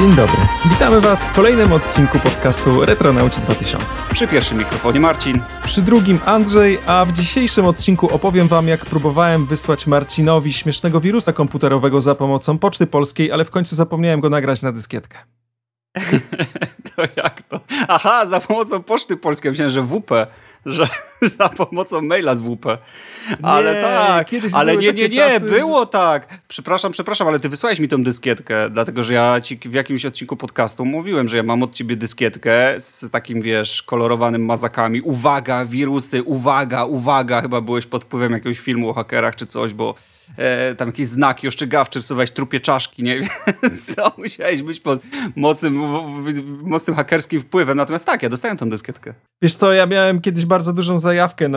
Dzień dobry. Witamy Was w kolejnym odcinku podcastu Retronauci 2000. Przy pierwszym mikrofonie Marcin. Przy drugim Andrzej, a w dzisiejszym odcinku opowiem Wam, jak próbowałem wysłać Marcinowi śmiesznego wirusa komputerowego za pomocą Poczty Polskiej, ale w końcu zapomniałem go nagrać na dyskietkę. To jak to? Aha, za pomocą Poczty Polskiej. Myślałem, że WP. Że za pomocą maila z WP. Ale nie, tak, ale nie, czasy, było tak. Przepraszam, ale ty wysłałeś mi tą dyskietkę, dlatego że ja ci w jakimś odcinku podcastu mówiłem, że ja mam od ciebie dyskietkę z takim, wiesz, kolorowanym mazakami. Uwaga, wirusy, uwaga. Chyba byłeś pod wpływem jakiegoś filmu o hakerach czy coś, bo tam jakieś znaki ostrzegawcze, rysowałeś trupie czaszki, nie? Więc to musiałeś być pod mocnym hakerskim wpływem. Natomiast tak, ja dostałem tą dyskietkę. Wiesz co, ja miałem kiedyś bardzo dużą zajawkę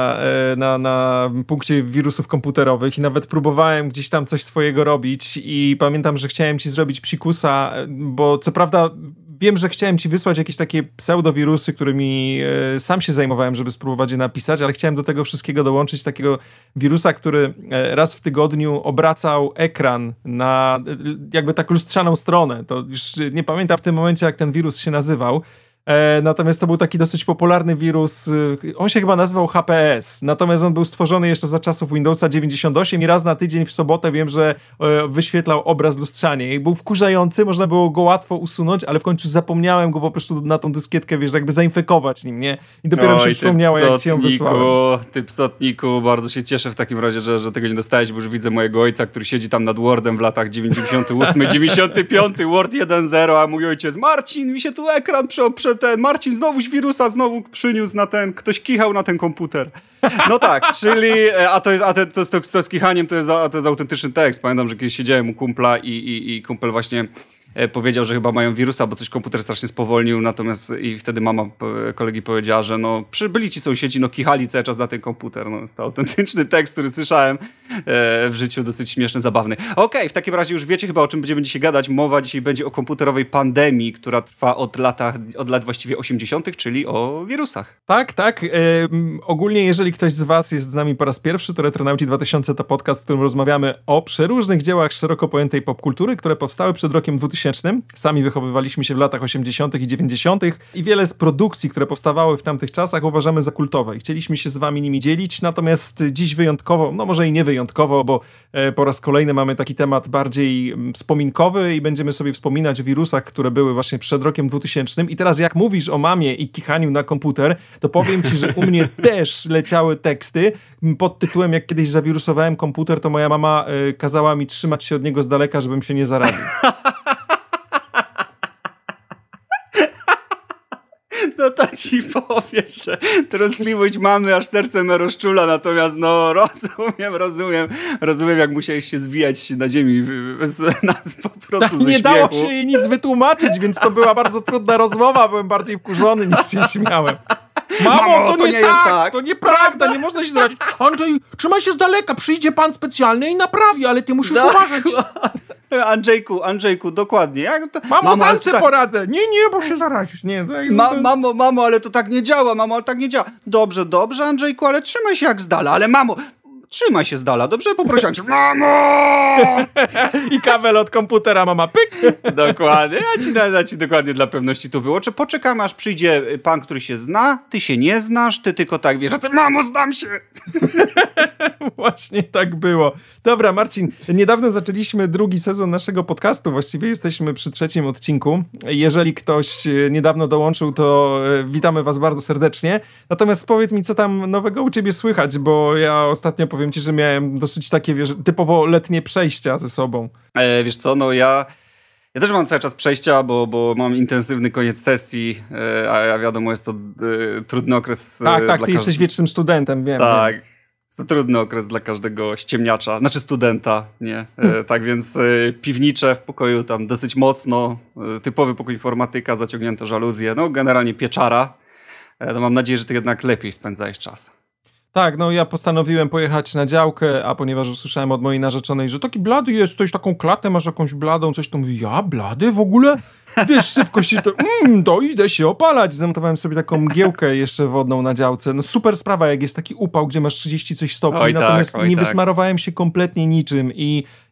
na punkcie wirusów komputerowych i nawet próbowałem gdzieś tam coś swojego robić i pamiętam, że chciałem ci zrobić psikusa, bo co prawda wiem, że chciałem ci wysłać jakieś takie pseudowirusy, którymi sam się zajmowałem, żeby spróbować je napisać, ale chciałem do tego wszystkiego dołączyć takiego wirusa, który raz w tygodniu obracał ekran na jakby tak lustrzaną stronę. To już nie pamiętam w tym momencie, jak ten wirus się nazywał. Natomiast to był taki dosyć popularny wirus, on się chyba nazywał HPS, natomiast on był stworzony jeszcze za czasów Windowsa 98 i raz na tydzień w sobotę wiem, że wyświetlał obraz lustrzanie i był wkurzający, można było go łatwo usunąć, ale w końcu zapomniałem go po prostu na tą dyskietkę, wiesz, jakby zainfekować nim, nie? I dopiero mi się przypomniało, jak ci ją wysłałem. Ty psotniku, bardzo się cieszę w takim razie, że tego nie dostałeś, bo już widzę mojego ojca, który siedzi tam nad Wordem w latach 98, 95, Word 1.0, a mój ojciec, Marcin, mi się tu ekran Marcin znowuż wirusa znowu przyniósł na ten, ktoś kichał na ten komputer. No tak, czyli, to z kichaniem to jest autentyczny tekst. Pamiętam, że kiedyś siedziałem u kumpla i kumpel właśnie powiedział, że chyba mają wirusa, bo coś komputer strasznie spowolnił, natomiast i wtedy mama kolegi powiedziała, że no byli ci sąsiedzi, no kichali cały czas na ten komputer. No jest to autentyczny tekst, który słyszałem w życiu, dosyć śmieszny, zabawny. Okej, w takim razie już wiecie chyba, o czym będziemy dzisiaj gadać. Mowa dzisiaj będzie o komputerowej pandemii, która trwa od lat właściwie 80., czyli o wirusach. Tak. Ogólnie, jeżeli ktoś z was jest z nami po raz pierwszy, to Retronauci 2000 to podcast, w którym rozmawiamy o przeróżnych dziełach szeroko pojętej popkultury, które powstały przed rokiem 2000. Sami wychowywaliśmy się w latach 80. i 90. i wiele z produkcji, które powstawały w tamtych czasach, uważamy za kultowe i chcieliśmy się z wami nimi dzielić, natomiast dziś wyjątkowo, no może i nie wyjątkowo, bo po raz kolejny mamy taki temat bardziej wspominkowy i będziemy sobie wspominać o wirusach, które były właśnie przed rokiem 2000. I teraz jak mówisz o mamie i kichaniu na komputer, to powiem ci, że u mnie też leciały teksty pod tytułem, jak kiedyś zawirusowałem komputer, to moja mama kazała mi trzymać się od niego z daleka, żebym się nie zaraził. No to ci powiem, że troskliwość mamy, aż serce me rozczula, natomiast no rozumiem, jak musiałeś się zwijać na ziemi po prostu tak, ze nie śmiechu. dało się jej nic wytłumaczyć, więc to była bardzo trudna rozmowa, byłem bardziej wkurzony niż się śmiałem. Mamo, to nie jest tak, to nieprawda, nie można się zarazić. Andrzej, trzymaj się z daleka, przyjdzie pan specjalny i naprawi, ale ty musisz uważać. Andrzejku, dokładnie. Mamo, sam sobie poradzę. Nie, bo się zarazisz. Nie, Mamo, ale to tak nie działa, Dobrze, Andrzejku, ale trzymaj się jak z dala, ale mamo... Trzymaj się z dala, dobrze? Poprosiłem cię. Mamo! I kabel od komputera, mama, pyk! Dokładnie, ja ci dokładnie dla pewności to wyłoczę. Poczekamy, aż przyjdzie pan, który się zna, ty się nie znasz, ty tylko tak wiesz, a ty, mamo, znam się! Właśnie tak było. Dobra, Marcin, niedawno zaczęliśmy drugi sezon naszego podcastu, właściwie jesteśmy przy 3. odcinku. Jeżeli ktoś niedawno dołączył, to witamy was bardzo serdecznie. Natomiast powiedz mi, co tam nowego u ciebie słychać, bo ja ostatnio powiem ci, że miałem dosyć takie, wiesz, typowo letnie przejścia ze sobą. Wiesz co, no ja też mam cały czas przejścia, bo mam intensywny koniec sesji, a wiadomo, jest to trudny okres. Tak, ty jesteś wiecznym studentem, wiem. Tak. Wiem. To trudny okres dla każdego ściemniacza, znaczy studenta, nie? Tak więc piwnicze w pokoju tam dosyć mocno, typowy pokój informatyka, zaciągnięte żaluzje, no generalnie pieczara. No mam nadzieję, że ty jednak lepiej spędzałeś czas. Tak, no ja postanowiłem pojechać na działkę, a ponieważ usłyszałem od mojej narzeczonej, że taki blady jesteś, taką klatę masz jakąś bladą, coś, to mówię, ja blady w ogóle? Wiesz, szybko się to idę się opalać. Zamontowałem sobie taką mgiełkę jeszcze wodną na działce. No super sprawa, jak jest taki upał, gdzie masz 30 coś stopni, natomiast nie wysmarowałem się kompletnie niczym i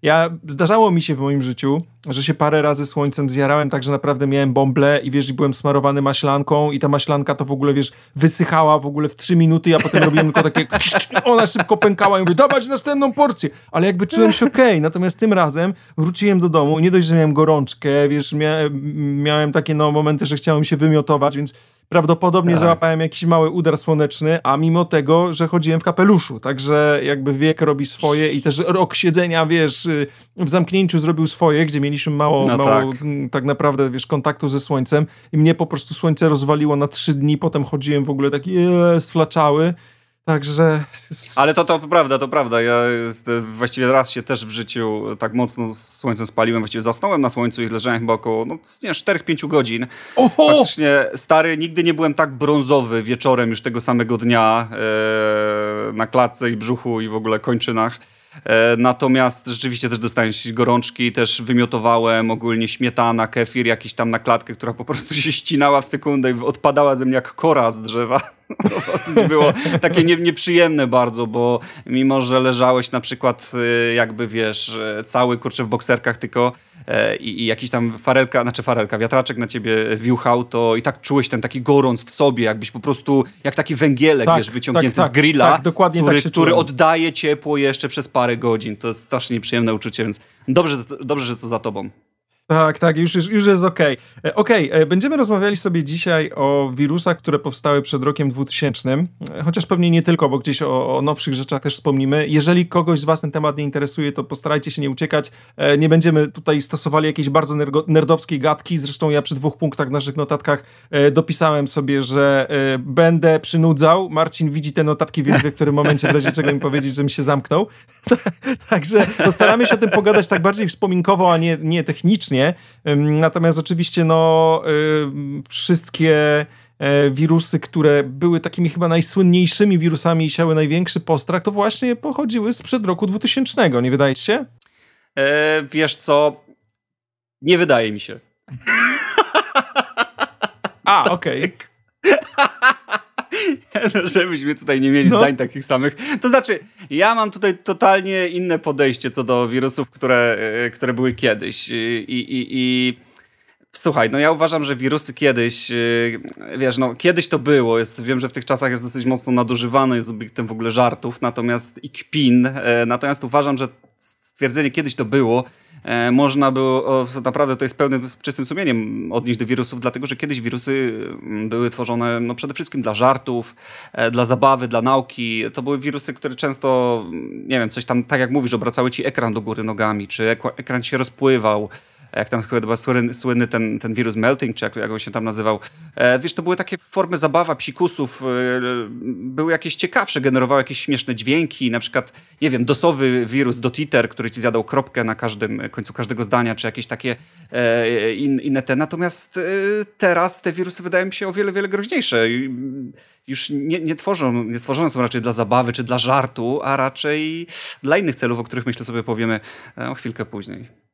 Zdarzało mi się w moim życiu, że się parę razy słońcem zjarałem, tak, że naprawdę miałem bąble i wiesz, i byłem smarowany maślanką i ta maślanka to w ogóle, wiesz, wysychała w ogóle w 3 minuty, ja potem robiłem tylko takie ona szybko pękała i mówię, dawać następną porcję, ale jakby czułem się okej. Natomiast tym razem wróciłem do domu, nie dość, że miałem gorączkę, wiesz, miałem takie momenty, że chciałem się wymiotować, więc prawdopodobnie załapałem jakiś mały udar słoneczny, a mimo tego, że chodziłem w kapeluszu, także jakby wiek robi swoje i też rok siedzenia, wiesz, w zamknięciu zrobił swoje, gdzie mieliśmy mało tak naprawdę, wiesz, kontaktu ze słońcem i mnie po prostu słońce rozwaliło na 3 dni, potem chodziłem w ogóle taki sflaczały. Także... Ale to prawda. Ja właściwie raz się też w życiu tak mocno z słońcem spaliłem. Właściwie zasnąłem na słońcu i leżałem chyba około 4-5 godzin. Oho! Faktycznie, stary, nigdy nie byłem tak brązowy wieczorem już tego samego dnia na klatce i brzuchu i w ogóle kończynach. Natomiast rzeczywiście też dostałem gorączki, też wymiotowałem ogólnie śmietana, kefir jakiś tam na klatkę, która po prostu się ścinała w sekundę i odpadała ze mnie jak kora z drzewa. Dosyć było takie nieprzyjemne bardzo, bo mimo, że leżałeś na przykład jakby wiesz, cały kurczę w bokserkach tylko i jakiś tam farelka, wiatraczek na ciebie wiuchał, to i tak czułeś ten taki gorąc w sobie, jakbyś po prostu, jak taki węgielek, wiesz, wyciągnięty z grilla, dokładnie który oddaje ciepło jeszcze przez parę godzin. To jest strasznie nieprzyjemne uczucie, więc dobrze, że to za tobą. Tak, już jest okej. Będziemy rozmawiali sobie dzisiaj o wirusach, które powstały przed rokiem 2000, chociaż pewnie nie tylko, bo gdzieś o nowszych rzeczach też wspomnimy. Jeżeli kogoś z was ten temat nie interesuje, to postarajcie się nie uciekać. Nie będziemy tutaj stosowali jakiejś bardzo nerdowskiej gadki, zresztą ja przy 2 punktach w naszych notatkach dopisałem sobie, że będę przynudzał. Marcin widzi te notatki, więc wie, w którym momencie w razie czego mi powiedzieć, że mi się zamknął. Także postaramy się o tym pogadać tak bardziej wspominkowo, a nie technicznie. Natomiast oczywiście wszystkie wirusy, które były takimi chyba najsłynniejszymi wirusami i siały największy postrach, to właśnie pochodziły sprzed roku 2000, nie wydaje ci się? Wiesz co? Nie wydaje mi się. Okej. Żebyśmy tutaj nie mieli zdań takich samych. To znaczy, ja mam tutaj totalnie inne podejście co do wirusów, które były kiedyś. I słuchaj, ja uważam, że wirusy kiedyś, wiesz, kiedyś to było. Wiem, że w tych czasach jest dosyć mocno nadużywany, jest obiektem w ogóle żartów, i kpin. Natomiast uważam, że stwierdzenie kiedyś to było, można było, naprawdę to jest pełnym, czystym sumieniem odnieść do wirusów, dlatego że kiedyś wirusy były tworzone przede wszystkim dla żartów, dla zabawy, dla nauki. To były wirusy, które często, nie wiem, coś tam, tak jak mówisz, obracały ci ekran do góry nogami, czy ekran się rozpływał. Jak tam chyba słynny ten wirus Melting, czy jak on się tam nazywał. Wiesz, to były takie formy zabawa, psikusów, były jakieś ciekawsze, generowały jakieś śmieszne dźwięki, na przykład, nie wiem, dosowy wirus Dotiter, który ci zjadał kropkę na końcu każdego zdania, czy jakieś takie inne te. Natomiast teraz te wirusy wydają mi się o wiele, wiele groźniejsze. Już nie stworzone są raczej dla zabawy, czy dla żartu, a raczej dla innych celów, o których myślę sobie powiemy o chwilkę później.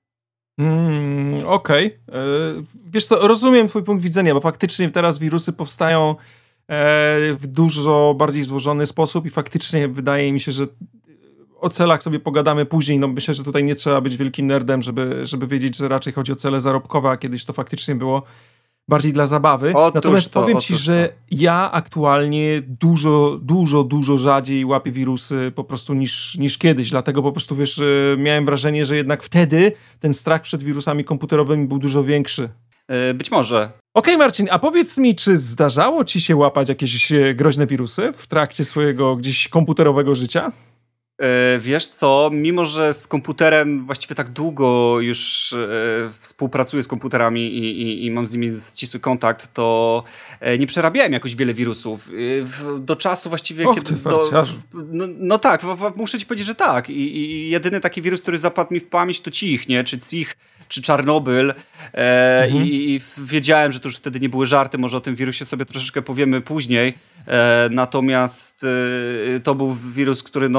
Okej. Wiesz co, rozumiem twój punkt widzenia, bo faktycznie teraz wirusy powstają w dużo bardziej złożony sposób i faktycznie wydaje mi się, że o celach sobie pogadamy później. Myślę, że tutaj nie trzeba być wielkim nerdem, żeby wiedzieć, że raczej chodzi o cele zarobkowe, a kiedyś to faktycznie było bardziej dla zabawy. Natomiast powiem ci, że ja aktualnie dużo rzadziej łapię wirusy po prostu niż kiedyś. Dlatego po prostu, wiesz, miałem wrażenie, że jednak wtedy ten strach przed wirusami komputerowymi był dużo większy. Być może. Okej, Marcin, a powiedz mi, czy zdarzało ci się łapać jakieś groźne wirusy w trakcie swojego gdzieś komputerowego życia? Wiesz co, mimo że z komputerem właściwie tak długo już współpracuję z komputerami i mam z nimi ścisły kontakt, to nie przerabiałem jakoś wiele wirusów. Do czasu właściwie... Tak, muszę ci powiedzieć, że tak. I jedyny taki wirus, który zapadł mi w pamięć, to Cich, nie? Czy Cich, czy Czarnobyl. I wiedziałem, że to już wtedy nie były żarty, może o tym wirusie sobie troszeczkę powiemy później. Natomiast to był wirus, który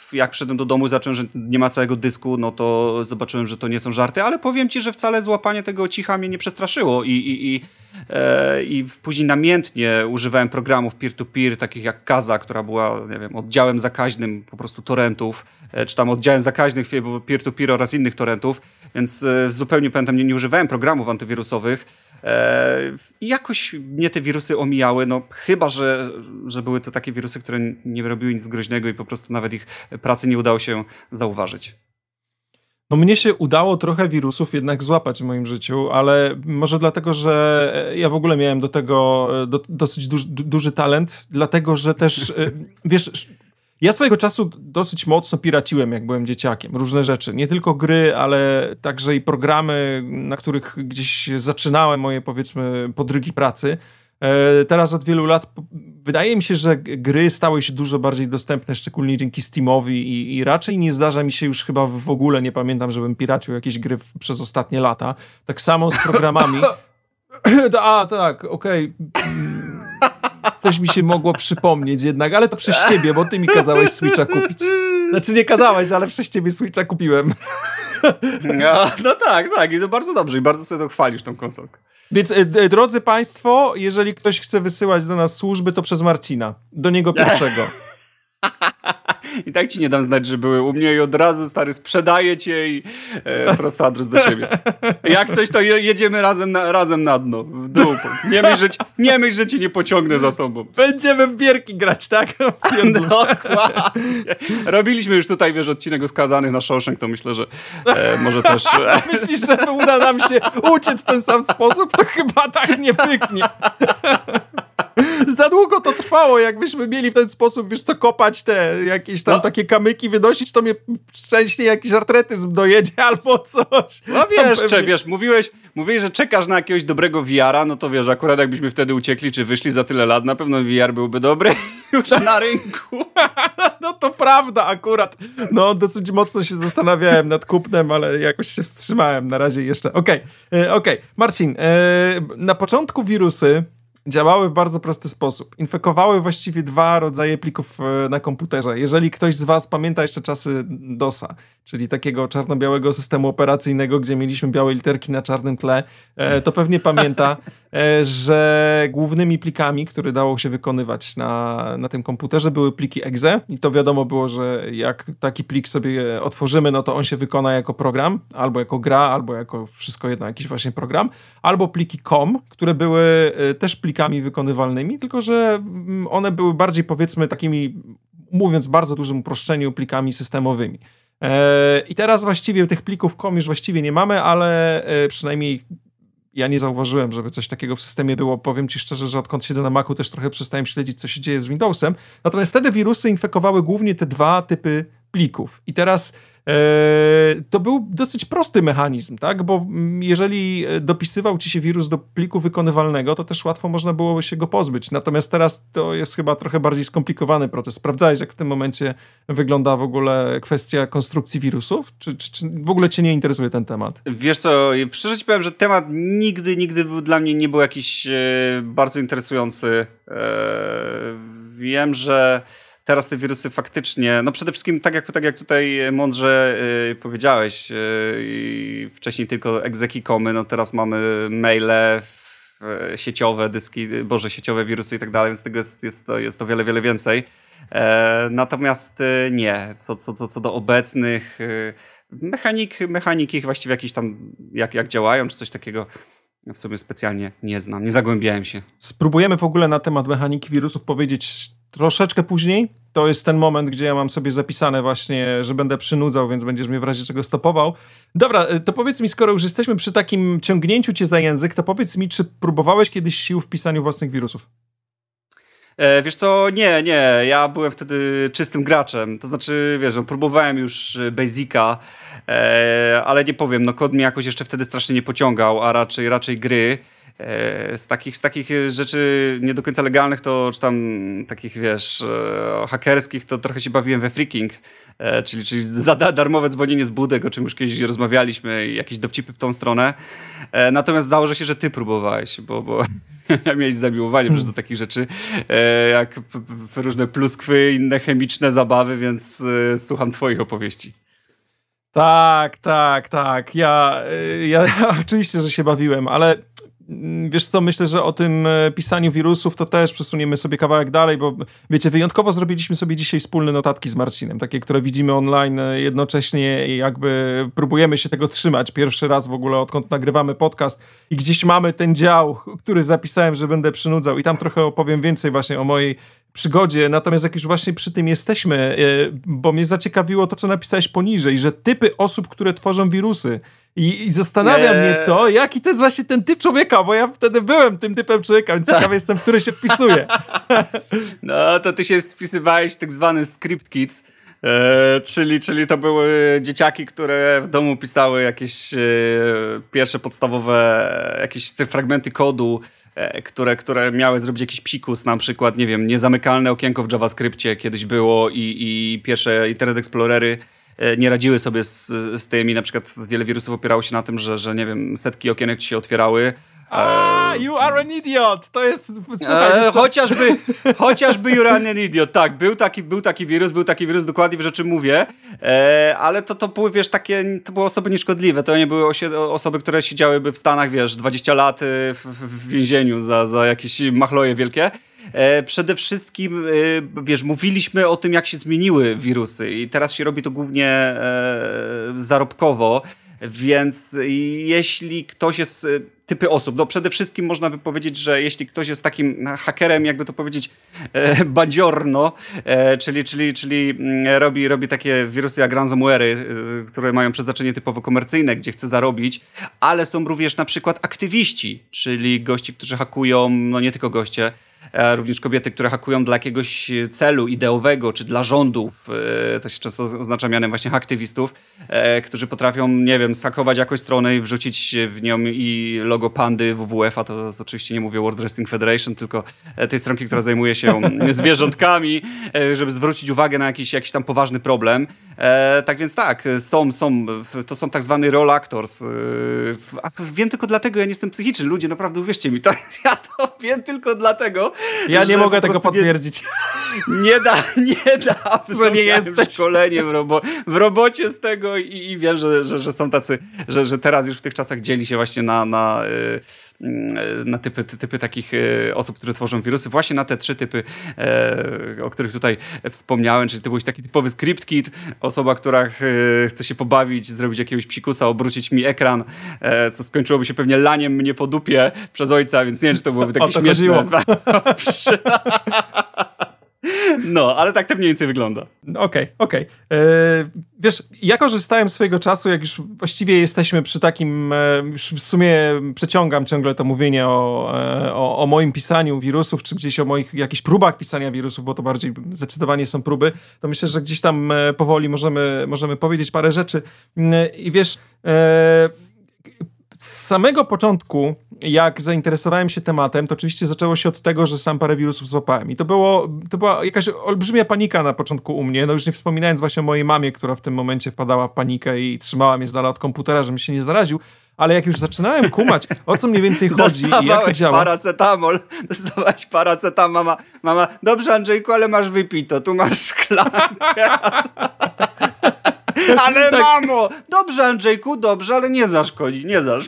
jak przyszedłem do domu i zacząłem, że nie ma całego dysku, no to zobaczyłem, że to nie są żarty, ale powiem ci, że wcale złapanie tego cicha mnie nie przestraszyło i później namiętnie używałem programów peer-to-peer, takich jak Kaza, która była, nie wiem, oddziałem zakaźnym po prostu torrentów, czy tam oddziałem zakaźnych peer-to-peer oraz innych torrentów, więc zupełnie pamiętam, nie używałem programów antywirusowych. I jakoś mnie te wirusy omijały, no chyba, że były to takie wirusy, które nie robiły nic groźnego i po prostu nawet ich pracy nie udało się zauważyć. No mnie się udało trochę wirusów jednak złapać w moim życiu, ale może dlatego, że ja w ogóle miałem do tego dosyć duży talent, dlatego, że też, wiesz, ja swojego czasu dosyć mocno piraciłem, jak byłem dzieciakiem. Różne rzeczy. Nie tylko gry, ale także i programy, na których gdzieś zaczynałem moje, powiedzmy, podrygi pracy. Teraz od wielu lat wydaje mi się, że gry stały się dużo bardziej dostępne, szczególnie dzięki Steamowi i raczej nie zdarza mi się już chyba w ogóle, nie pamiętam, żebym piracił jakieś gry przez ostatnie lata. Tak samo z programami. A, tak, okej. Coś mi się mogło przypomnieć jednak, ale to przez ciebie, bo ty mi kazałeś Switcha kupić. Znaczy nie kazałeś, ale przez ciebie Switcha kupiłem. No tak, i to bardzo dobrze i bardzo sobie to chwalisz, tą konsolkę. Więc drodzy państwo, jeżeli ktoś chce wysyłać do nas służby, to przez Marcina. Do niego pierwszego. I tak ci nie dam znać, że były u mnie i od razu, stary, sprzedaję cię i prosty adres do ciebie. Jak coś, to jedziemy razem na dno, w dół. Nie myśl, że cię nie pociągnę za sobą. Będziemy w bierki grać, tak? Dokładnie. Robiliśmy już tutaj, wiesz, odcinek o Skazanych na Shawshank, to myślę, że może też... Myślisz, że uda nam się uciec w ten sam sposób? To chyba tak nie pyknie. Za długo to trwało, jakbyśmy mieli w ten sposób, wiesz co, kopać te jakieś tam takie kamyki, wynosić, to mnie szczęście jakiś artretyzm dojedzie albo coś. No wiesz, mówiłeś, że czekasz na jakiegoś dobrego VR-a, no to wiesz, akurat jakbyśmy wtedy uciekli, czy wyszli za tyle lat, na pewno VR byłby dobry już na rynku. No to prawda akurat. No dosyć mocno się zastanawiałem nad kupnem, ale jakoś się wstrzymałem na razie jeszcze. Okej. Marcin, na początku wirusy działały w bardzo prosty sposób. Infekowały właściwie dwa rodzaje plików na komputerze. Jeżeli ktoś z was pamięta jeszcze czasy DOS-a, czyli takiego czarno-białego systemu operacyjnego, gdzie mieliśmy białe literki na czarnym tle, to pewnie pamięta, że głównymi plikami, które dało się wykonywać na tym komputerze, były pliki exe i to wiadomo było, że jak taki plik sobie otworzymy, no to on się wykona jako program, albo jako gra, albo jako wszystko jedno, jakiś właśnie program, albo pliki com, które były też plikami wykonywalnymi, tylko że one były bardziej, powiedzmy, takimi, mówiąc w bardzo dużym uproszczeniu, plikami systemowymi. I teraz właściwie tych plików com już właściwie nie mamy, ale przynajmniej ja nie zauważyłem, żeby coś takiego w systemie było. Powiem ci szczerze, że odkąd siedzę na Macu, też trochę przestałem śledzić, co się dzieje z Windowsem. Natomiast wtedy wirusy infekowały głównie te dwa typy plików. I teraz to był dosyć prosty mechanizm, tak? Bo jeżeli dopisywał ci się wirus do pliku wykonywalnego, to też łatwo można było się go pozbyć. Natomiast teraz to jest chyba trochę bardziej skomplikowany proces. Sprawdzałeś, jak w tym momencie wygląda w ogóle kwestia konstrukcji wirusów? Czy w ogóle cię nie interesuje ten temat? Wiesz co, szczerze ci powiem, że temat nigdy dla mnie nie był jakiś bardzo interesujący. Wiem, że teraz te wirusy faktycznie, no przede wszystkim tak jak tutaj mądrze powiedziałeś, wcześniej tylko exeki.comy, no teraz mamy maile sieciowe, dyski, sieciowe wirusy i tak dalej, więc tego jest to wiele więcej. Natomiast nie, co do obecnych mechaniki właściwie jakieś tam, jak działają, czy coś takiego, w sumie specjalnie nie znam, nie zagłębiałem się. Spróbujemy w ogóle na temat mechaniki wirusów powiedzieć troszeczkę później. To jest ten moment, gdzie ja mam sobie zapisane właśnie, że będę przynudzał, więc będziesz mnie w razie czego stopował. Dobra, to powiedz mi, skoro już jesteśmy przy takim ciągnięciu cię za język, to powiedz mi, czy próbowałeś kiedyś sił w pisaniu własnych wirusów? Wiesz co, nie, ja byłem wtedy czystym graczem, to znaczy, wiesz, próbowałem już Basica, ale nie powiem, no kod mnie jakoś jeszcze wtedy strasznie nie pociągał, a raczej gry. Z takich rzeczy nie do końca legalnych, to czy tam takich, wiesz, hakerskich, to trochę się bawiłem we Freaking. Czyli za darmowe dzwonienie z budek, o czym już kiedyś rozmawialiśmy, jakieś dowcipy w tą stronę. Natomiast założę się, że ty próbowałeś, bo miałeś zamiłowanie do takich rzeczy, jak różne pluskwy, inne chemiczne zabawy, więc słucham twoich opowieści. Tak. Ja oczywiście, że się bawiłem, ale wiesz co, myślę, że o tym pisaniu wirusów to też przesuniemy sobie kawałek dalej, bo wiecie, wyjątkowo zrobiliśmy sobie dzisiaj wspólne notatki z Marcinem, takie, które widzimy online jednocześnie i jakby próbujemy się tego trzymać. Pierwszy raz w ogóle, odkąd nagrywamy podcast i gdzieś mamy ten dział, który zapisałem, że będę przynudzał i tam trochę opowiem więcej właśnie o mojej przygodzie, natomiast jak już właśnie przy tym jesteśmy, bo mnie zaciekawiło to, co napisałeś poniżej, że typy osób, które tworzą wirusy i zastanawia mnie to, jaki to jest właśnie ten typ człowieka, bo ja wtedy byłem tym typem człowieka, więc ciekawy jestem, w który się wpisuje. No, to ty się wpisywałeś w tak zwany script kids, czyli to były dzieciaki, które w domu pisały jakieś pierwsze podstawowe, jakieś te fragmenty kodu, które miały zrobić jakiś psikus, na przykład, nie wiem, niezamykalne okienko w JavaScriptie kiedyś było i pierwsze Internet Explorery nie radziły sobie z tym i na przykład wiele wirusów opierało się na tym, że nie wiem, setki okienek ci się otwierały. You are an idiot! To jest... Chociażby you are an idiot. Tak, był taki wirus, dokładnie wiesz, o czym mówię, ale to były, wiesz, to były osoby nieszkodliwe, to nie były osoby, które siedziałyby w Stanach, wiesz, 20 lat w więzieniu za jakieś machloje wielkie. Przede wszystkim, wiesz, mówiliśmy o tym, jak się zmieniły wirusy i teraz się robi to głównie zarobkowo, więc jeśli ktoś jest... Typy osób. No przede wszystkim można by powiedzieć, że jeśli ktoś jest takim hakerem, jakby to powiedzieć, bandziorno, czyli robi takie wirusy jak ransomware'y, które mają przeznaczenie typowo komercyjne, gdzie chce zarobić, ale są również na przykład aktywiści, czyli gości, którzy hakują, no nie tylko goście, również kobiety, które hakują dla jakiegoś celu ideowego, czy dla rządów, to się często oznacza mianem właśnie aktywistów, którzy potrafią, nie wiem, zhakować jakąś stronę i wrzucić w nią i logo pandy WWF-a, to oczywiście nie mówię World Wrestling Federation, tylko tej stronki, która zajmuje się zwierzątkami, żeby zwrócić uwagę na jakiś tam poważny problem. Tak więc tak, to są tak zwany role actors. A wiem tylko dlatego, ja nie jestem psychiczny. Ludzie, naprawdę uwierzcie mi, ja to wiem tylko dlatego. Ja nie mogę tego potwierdzić. Nie da, że nie jesteś. Szkolenie w robocie z tego i wiem, że są tacy, że teraz już w tych czasach dzieli się właśnie na typy takich osób, które tworzą wirusy, właśnie na te 3 typy, o których tutaj wspomniałem, czyli to był taki typowy script kid, osoba, która chce się pobawić, zrobić jakiegoś psikusa, obrócić mi ekran, co skończyłoby się pewnie laniem mnie po dupie przez ojca, więc nie wiem, czy to byłoby takie śmieszne. No, ale tak to mniej więcej wygląda. Okej. Wiesz, ja korzystałem swojego czasu, jak już właściwie jesteśmy przy takim, już w sumie przeciągam ciągle to mówienie o moim pisaniu wirusów, czy gdzieś o moich jakichś próbach pisania wirusów, bo to bardziej zdecydowanie są próby, to myślę, że gdzieś tam powoli możemy powiedzieć parę rzeczy. I wiesz... Z samego początku, jak zainteresowałem się tematem, to oczywiście zaczęło się od tego, że sam parę wirusów złapałem. I to była jakaś olbrzymia panika na początku u mnie, no już nie wspominając właśnie o mojej mamie, która w tym momencie wpadała w panikę i trzymała mnie z dala od komputera, żebym się nie zaraził. Ale jak już zaczynałem kumać, o co mniej więcej chodzi i jak to działa... Dostawałeś paracetamol. Mama, dobrze Andrzejku, ale masz wypito, tu masz szklankę. Ale tak. Mamo! Dobrze, Andrzejku, dobrze, ale nie zaszkodzi.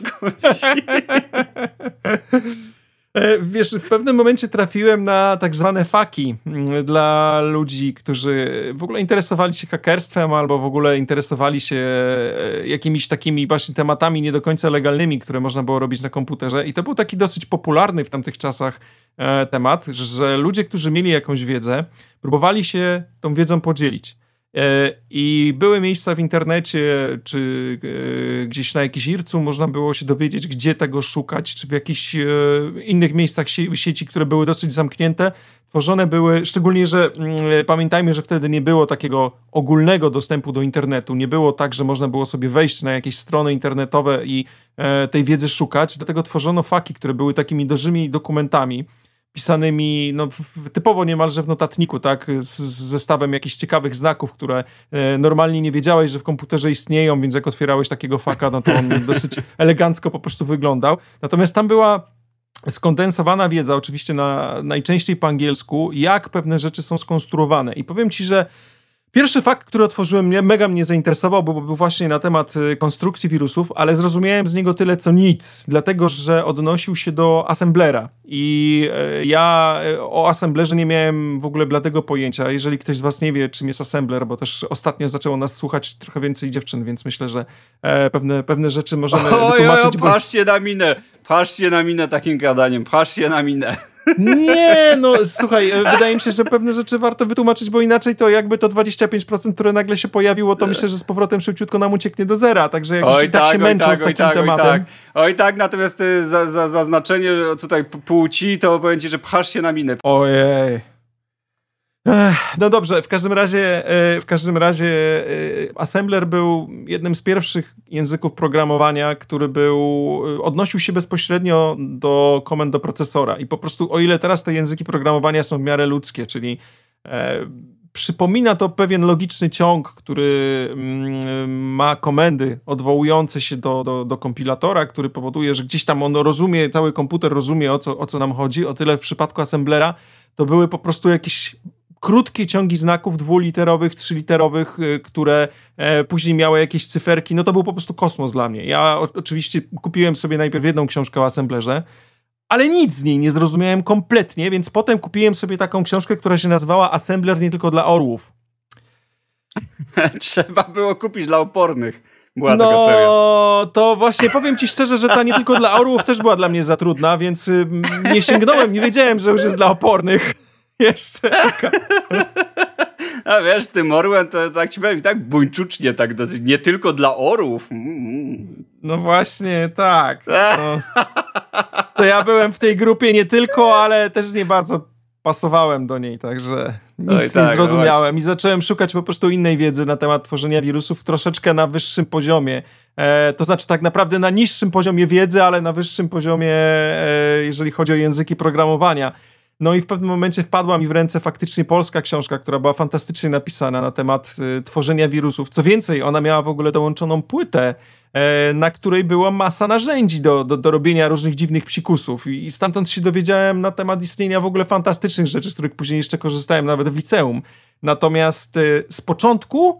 Wiesz, w pewnym momencie trafiłem na tak zwane faki dla ludzi, którzy w ogóle interesowali się hakerstwem albo w ogóle interesowali się jakimiś takimi właśnie tematami nie do końca legalnymi, które można było robić na komputerze. I to był taki dosyć popularny w tamtych czasach temat, że ludzie, którzy mieli jakąś wiedzę, próbowali się tą wiedzą podzielić. I były miejsca w internecie, czy gdzieś na jakiś IRC-u można było się dowiedzieć, gdzie tego szukać, czy w jakichś innych miejscach sieci, które były dosyć zamknięte. Tworzone były, szczególnie, że pamiętajmy, że wtedy nie było takiego ogólnego dostępu do internetu. Nie było tak, że można było sobie wejść na jakieś strony internetowe i tej wiedzy szukać. Dlatego tworzono faki, które były takimi dużymi dokumentami, pisanymi no, typowo niemalże w notatniku, tak, z zestawem jakichś ciekawych znaków, które normalnie nie wiedziałeś, że w komputerze istnieją, więc jak otwierałeś takiego faka, no to on dosyć elegancko po prostu wyglądał. Natomiast tam była skondensowana wiedza, oczywiście najczęściej po angielsku, jak pewne rzeczy są skonstruowane. I powiem ci, że pierwszy fakt, który otworzyłem, mega mnie zainteresował, bo był właśnie na temat konstrukcji wirusów, ale zrozumiałem z niego tyle co nic, dlatego że odnosił się do assemblera i ja o assemblerze nie miałem w ogóle bladego pojęcia. Jeżeli ktoś z was nie wie, czym jest assembler, bo też ostatnio zaczęło nas słuchać trochę więcej dziewczyn, więc myślę, że pewne rzeczy możemy wytłumaczyć. Patrzcie na minę takim gadaniem, patrzcie na minę. Nie, no słuchaj, wydaje mi się, że pewne rzeczy warto wytłumaczyć, bo inaczej to jakby to 25%, które nagle się pojawiło, to myślę, że z powrotem szybciutko nam ucieknie do zera, także jak już tak się męczą z takim tematem. Oj tak, natomiast zaznaczenie tutaj płci, to powiem ci, że pchasz się na minę. Ojej. No dobrze, w każdym razie assembler był jednym z pierwszych języków programowania, który odnosił się bezpośrednio do komend do procesora i po prostu o ile teraz te języki programowania są w miarę ludzkie, czyli przypomina to pewien logiczny ciąg, który ma komendy odwołujące się do kompilatora, który powoduje, że gdzieś tam on rozumie, cały komputer rozumie o co nam chodzi, o tyle w przypadku assemblera to były po prostu jakieś krótkie ciągi znaków dwuliterowych, trzyliterowych, które później miały jakieś cyferki. No to był po prostu kosmos dla mnie. Ja oczywiście kupiłem sobie najpierw jedną książkę o assemblerze, ale nic z niej nie zrozumiałem kompletnie, więc potem kupiłem sobie taką książkę, która się nazywała Assembler nie tylko dla orłów. Trzeba było kupić dla opornych. Była taka seria. No, to właśnie powiem ci szczerze, że ta nie tylko dla orłów też była dla mnie za trudna, więc nie sięgnąłem, nie wiedziałem, że już jest dla opornych. Jeszcze. A wiesz, z tym orłem to tak ci powiem, tak buńczucznie, tak dosyć, nie tylko dla orłów. No właśnie, tak. No. To ja byłem w tej grupie nie tylko, ale też nie bardzo pasowałem do niej, także nic nie zrozumiałem i zacząłem szukać po prostu innej wiedzy na temat tworzenia wirusów troszeczkę na wyższym poziomie. To znaczy tak naprawdę na niższym poziomie wiedzy, ale na wyższym poziomie, jeżeli chodzi o języki programowania. No i w pewnym momencie wpadła mi w ręce faktycznie polska książka, która była fantastycznie napisana na temat tworzenia wirusów. Co więcej, ona miała w ogóle dołączoną płytę, na której była masa narzędzi do robienia różnych dziwnych psikusów. I stamtąd się dowiedziałem na temat istnienia w ogóle fantastycznych rzeczy, z których później jeszcze korzystałem nawet w liceum. Natomiast z początku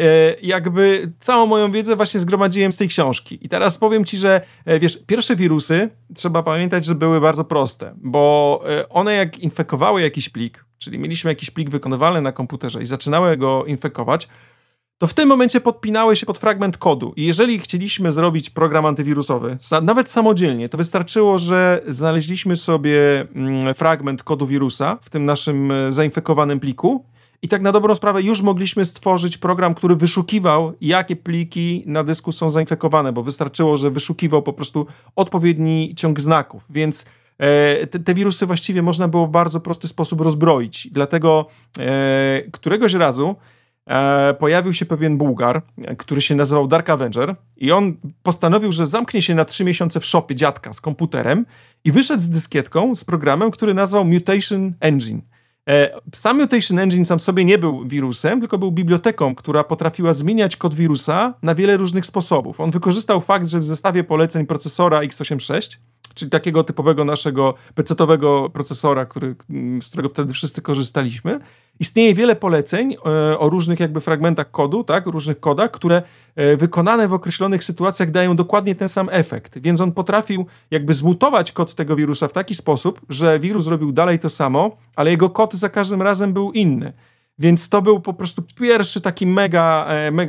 jakby całą moją wiedzę właśnie zgromadziłem z tej książki. I teraz powiem ci, że wiesz, pierwsze wirusy, trzeba pamiętać, że były bardzo proste, bo one jak infekowały jakiś plik, czyli mieliśmy jakiś plik wykonywalny na komputerze i zaczynały go infekować, to w tym momencie podpinały się pod fragment kodu. I jeżeli chcieliśmy zrobić program antywirusowy, nawet samodzielnie, to wystarczyło, że znaleźliśmy sobie fragment kodu wirusa w tym naszym zainfekowanym pliku i tak na dobrą sprawę już mogliśmy stworzyć program, który wyszukiwał, jakie pliki na dysku są zainfekowane, bo wystarczyło, że wyszukiwał po prostu odpowiedni ciąg znaków. Więc te wirusy właściwie można było w bardzo prosty sposób rozbroić. Dlatego któregoś razu pojawił się pewien Bułgar, który się nazywał Dark Avenger i on postanowił, że zamknie się na 3 miesiące w szopie dziadka z komputerem i wyszedł z dyskietką, z programem, który nazwał Mutation Engine. Sam Mutation Engine sam sobie nie był wirusem, tylko był biblioteką, która potrafiła zmieniać kod wirusa na wiele różnych sposobów. On wykorzystał fakt, że w zestawie poleceń procesora x86, czyli takiego typowego naszego PC-owego procesora, z którego wtedy wszyscy korzystaliśmy, istnieje wiele poleceń o różnych jakby fragmentach kodu, tak, różnych kodach, które wykonane w określonych sytuacjach dają dokładnie ten sam efekt. Więc on potrafił jakby zmutować kod tego wirusa w taki sposób, że wirus robił dalej to samo, ale jego kod za każdym razem był inny. Więc to był po prostu pierwszy taki mega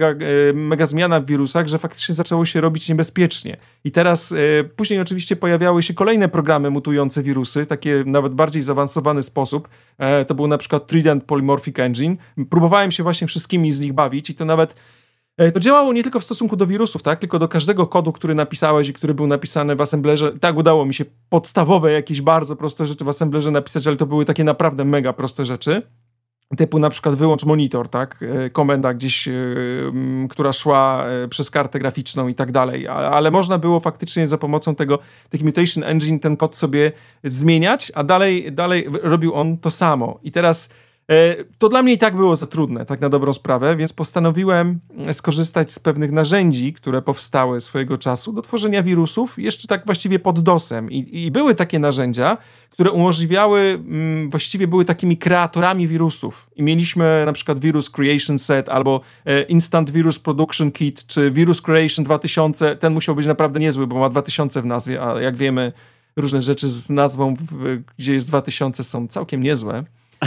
zmiana w wirusach, że faktycznie zaczęło się robić niebezpiecznie. I teraz później oczywiście pojawiały się kolejne programy mutujące wirusy, takie nawet bardziej zaawansowany sposób. To był na przykład Trident Polymorphic Engine. Próbowałem się właśnie wszystkimi z nich bawić i to nawet to działało nie tylko w stosunku do wirusów, tak, tylko do każdego kodu, który napisałeś i który był napisany w assemblerze. Tak udało mi się podstawowe jakieś bardzo proste rzeczy w assemblerze napisać, ale to były takie naprawdę mega proste rzeczy. typu na przykład wyłącz monitor, tak? Komenda gdzieś, która szła przez kartę graficzną i tak dalej, ale można było faktycznie za pomocą tych Mutation Engine ten kod sobie zmieniać, a dalej robił on to samo. I teraz to dla mnie i tak było za trudne, tak na dobrą sprawę, więc postanowiłem skorzystać z pewnych narzędzi, które powstały swojego czasu do tworzenia wirusów, jeszcze tak właściwie pod DOS-em. I były takie narzędzia, które umożliwiały, właściwie były takimi kreatorami wirusów. I mieliśmy na przykład Virus Creation Set albo Instant Virus Production Kit, czy Virus Creation 2000. Ten musiał być naprawdę niezły, bo ma 2000 w nazwie, a jak wiemy, różne rzeczy z nazwą, gdzie jest 2000 są całkiem niezłe.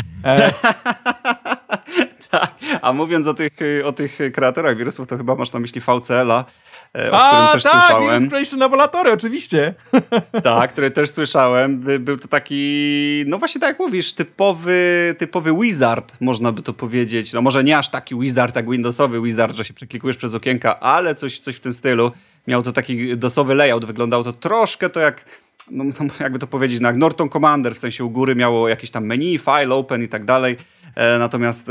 Tak, a mówiąc o tych kreatorach wirusów, to chyba masz na myśli VCL-a, o którym też słyszałem. Virus Creation Laboratory, oczywiście. Tak, który też słyszałem. Był to taki, no właśnie tak jak mówisz, typowy wizard, można by to powiedzieć. No może nie aż taki wizard jak Windowsowy wizard, że się przeklikujesz przez okienka, ale coś w tym stylu. Miał to taki DOSowy layout, wyglądało to troszkę to jak, no jakby to powiedzieć, no jak Norton Commander, w sensie u góry miało jakieś tam menu, file, open i tak dalej. Natomiast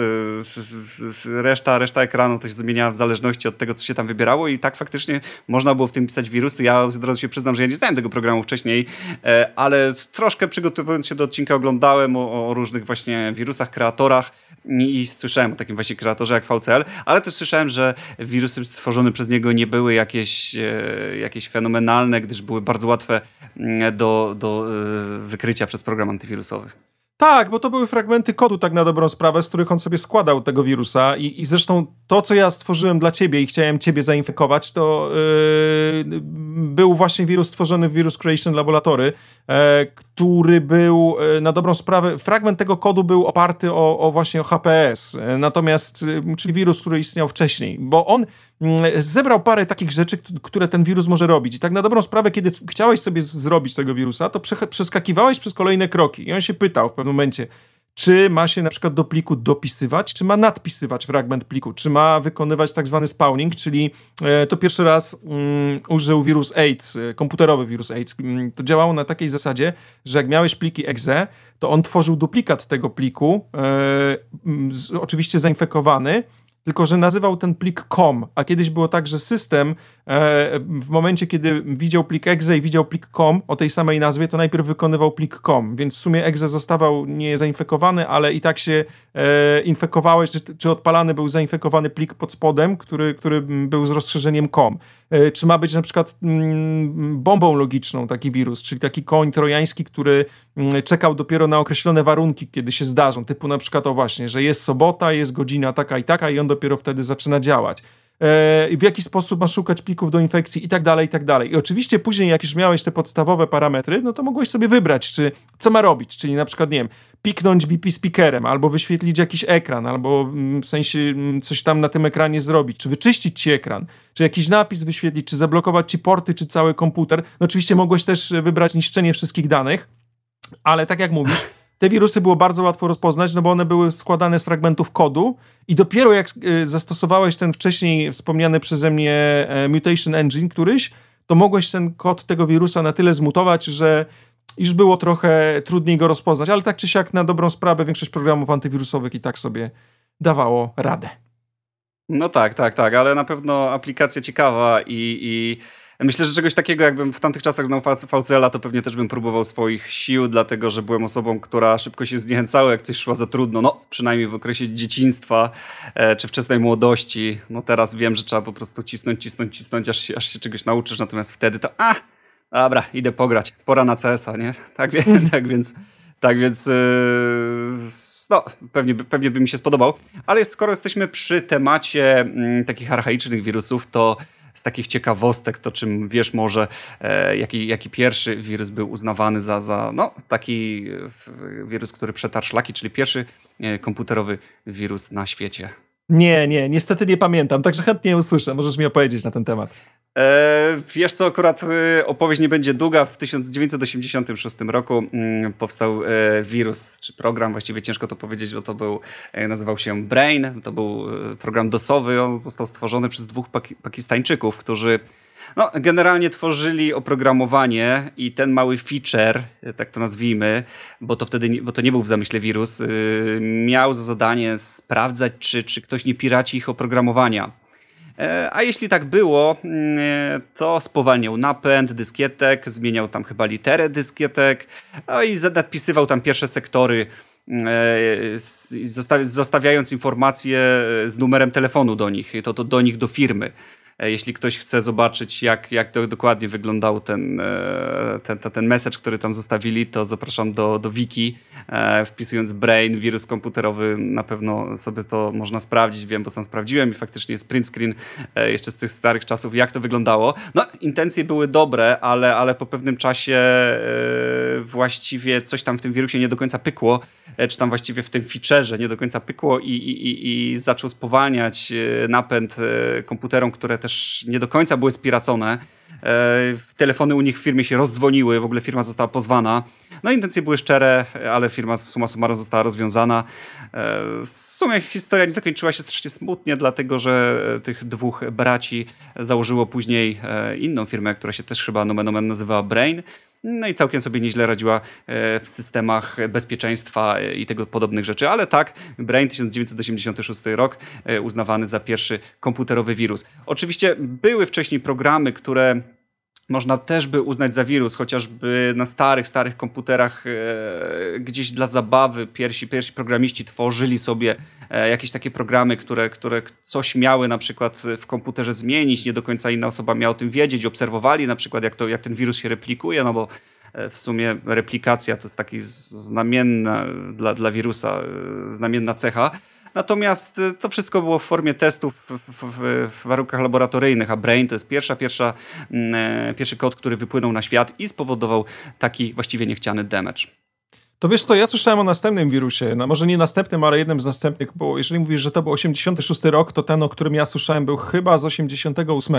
reszta ekranu to się zmienia w zależności od tego, co się tam wybierało i tak faktycznie można było w tym pisać wirusy. Ja od razu się przyznam, że ja nie znałem tego programu wcześniej, ale troszkę przygotowując się do odcinka oglądałem o różnych właśnie wirusach, kreatorach i słyszałem o takim właśnie kreatorze jak VCL, ale też słyszałem, że wirusy stworzone przez niego nie były jakieś fenomenalne, gdyż były bardzo łatwe do wykrycia przez program antywirusowy. Tak, bo to były fragmenty kodu, tak na dobrą sprawę, z których on sobie składał tego wirusa i zresztą to, co ja stworzyłem dla ciebie i chciałem ciebie zainfekować, to był właśnie wirus stworzony w Virus Creation Laboratory, który był na dobrą sprawę, fragment tego kodu był oparty właśnie o HPS, natomiast, czyli wirus, który istniał wcześniej, bo on zebrał parę takich rzeczy, które ten wirus może robić. I tak na dobrą sprawę, kiedy chciałeś sobie zrobić tego wirusa, to przeskakiwałeś przez kolejne kroki. I on się pytał w pewnym momencie, czy ma się na przykład do pliku dopisywać, czy ma nadpisywać fragment pliku, czy ma wykonywać tak zwany spawning, czyli to pierwszy raz użył wirus AIDS, komputerowy wirus AIDS. To działało na takiej zasadzie, że jak miałeś pliki exe, to on tworzył duplikat tego pliku, oczywiście zainfekowany, tylko że nazywał ten plik com, a kiedyś było tak, że system w momencie, kiedy widział plik exe i widział plik com o tej samej nazwie, to najpierw wykonywał plik com, więc w sumie exe zostawał nie zainfekowany, ale i tak się infekowałeś, czy odpalany był zainfekowany plik pod spodem, który był z rozszerzeniem com. Czy ma być na przykład bombą logiczną taki wirus, czyli taki koń trojański, który czekał dopiero na określone warunki, kiedy się zdarzą, typu na przykład właśnie, że jest sobota, jest godzina taka i on dopiero wtedy zaczyna działać. W jaki sposób ma szukać plików do infekcji i tak dalej, i tak dalej. I oczywiście później, jak już miałeś te podstawowe parametry, no to mogłeś sobie wybrać, co ma robić, czyli na przykład, nie wiem, piknąć BP speakerem, albo wyświetlić jakiś ekran, albo w sensie coś tam na tym ekranie zrobić, czy wyczyścić ci ekran, czy jakiś napis wyświetlić, czy zablokować ci porty, czy cały komputer. No oczywiście mogłeś też wybrać niszczenie wszystkich danych, ale tak jak mówisz, te wirusy było bardzo łatwo rozpoznać, no bo one były składane z fragmentów kodu i dopiero jak zastosowałeś ten wcześniej wspomniany przeze mnie Mutation Engine któryś, to mogłeś ten kod tego wirusa na tyle zmutować, że już było trochę trudniej go rozpoznać, ale tak czy siak na dobrą sprawę większość programów antywirusowych i tak sobie dawało radę. No tak, ale na pewno aplikacja ciekawa i myślę, że czegoś takiego, jakbym w tamtych czasach znał VCL-a, to pewnie też bym próbował swoich sił, dlatego że byłem osobą, która szybko się zniechęcała, jak coś szło za trudno. No, przynajmniej w okresie dzieciństwa czy wczesnej młodości. No teraz wiem, że trzeba po prostu cisnąć, aż się czegoś nauczysz, natomiast wtedy to dobra, idę pograć. Pora na CS-a, nie? Tak więc no, pewnie by mi się spodobał. Ale skoro jesteśmy przy temacie takich archaicznych wirusów, to z takich ciekawostek, to czym wiesz może, jaki pierwszy wirus był uznawany za taki wirus, który przetarł szlaki, czyli pierwszy komputerowy wirus na świecie? Nie, niestety nie pamiętam, także chętnie usłyszę. Możesz mi opowiedzieć na ten temat. Wiesz co, akurat opowieść nie będzie długa. W 1986 roku powstał wirus, czy program, właściwie ciężko to powiedzieć, bo nazywał się Brain. To był program DOSowy. On został stworzony przez dwóch Pakistańczyków, którzy No, generalnie tworzyli oprogramowanie i ten mały feature, tak to nazwijmy, bo to nie był w zamyśle wirus, miał za zadanie sprawdzać, czy ktoś nie piraci ich oprogramowania. A jeśli tak było, to spowalniał napęd dyskietek, zmieniał tam chyba literę dyskietek, no i nadpisywał tam pierwsze sektory, zostawiając informacje z numerem telefonu do nich, to do nich do firmy. Jeśli ktoś chce zobaczyć, jak to dokładnie wyglądał ten message, który tam zostawili, to zapraszam do wiki. Wpisując Brain, wirus komputerowy, na pewno sobie to można sprawdzić. Wiem, bo sam sprawdziłem i faktycznie jest print screen jeszcze z tych starych czasów, jak to wyglądało. No, intencje były dobre, ale po pewnym czasie właściwie coś tam w tym wirusie nie do końca pykło, czy tam właściwie w tym featureze nie do końca pykło i zaczął spowalniać napęd komputerom, które też nie do końca były spiracone. Telefony u nich w firmie się rozdzwoniły, w ogóle firma została pozwana. No intencje były szczere, ale firma summa summarum została rozwiązana. W sumie historia nie zakończyła się strasznie smutnie, dlatego że tych dwóch braci założyło później inną firmę, która się też chyba nomen omen nazywała Brain. No i całkiem sobie nieźle radziła w systemach bezpieczeństwa i tego podobnych rzeczy. Ale tak, Brain 1986 rok, uznawany za pierwszy komputerowy wirus. Oczywiście były wcześniej programy, które można też by uznać za wirus, chociażby na starych komputerach gdzieś dla zabawy pierwsi programiści tworzyli sobie jakieś takie programy, które coś miały na przykład w komputerze zmienić, nie do końca inna osoba miała o tym wiedzieć, obserwowali na przykład jak ten wirus się replikuje, no bo w sumie replikacja to jest taki znamienna dla wirusa, znamienna cecha. Natomiast to wszystko było w formie testów w warunkach laboratoryjnych, a Brain to jest pierwszy kod, który wypłynął na świat i spowodował taki właściwie niechciany damage. To wiesz co, ja słyszałem o następnym wirusie, no może nie następnym, ale jednym z następnych, bo jeżeli mówisz, że to był 86 rok, to ten, o którym ja słyszałem, był chyba z 88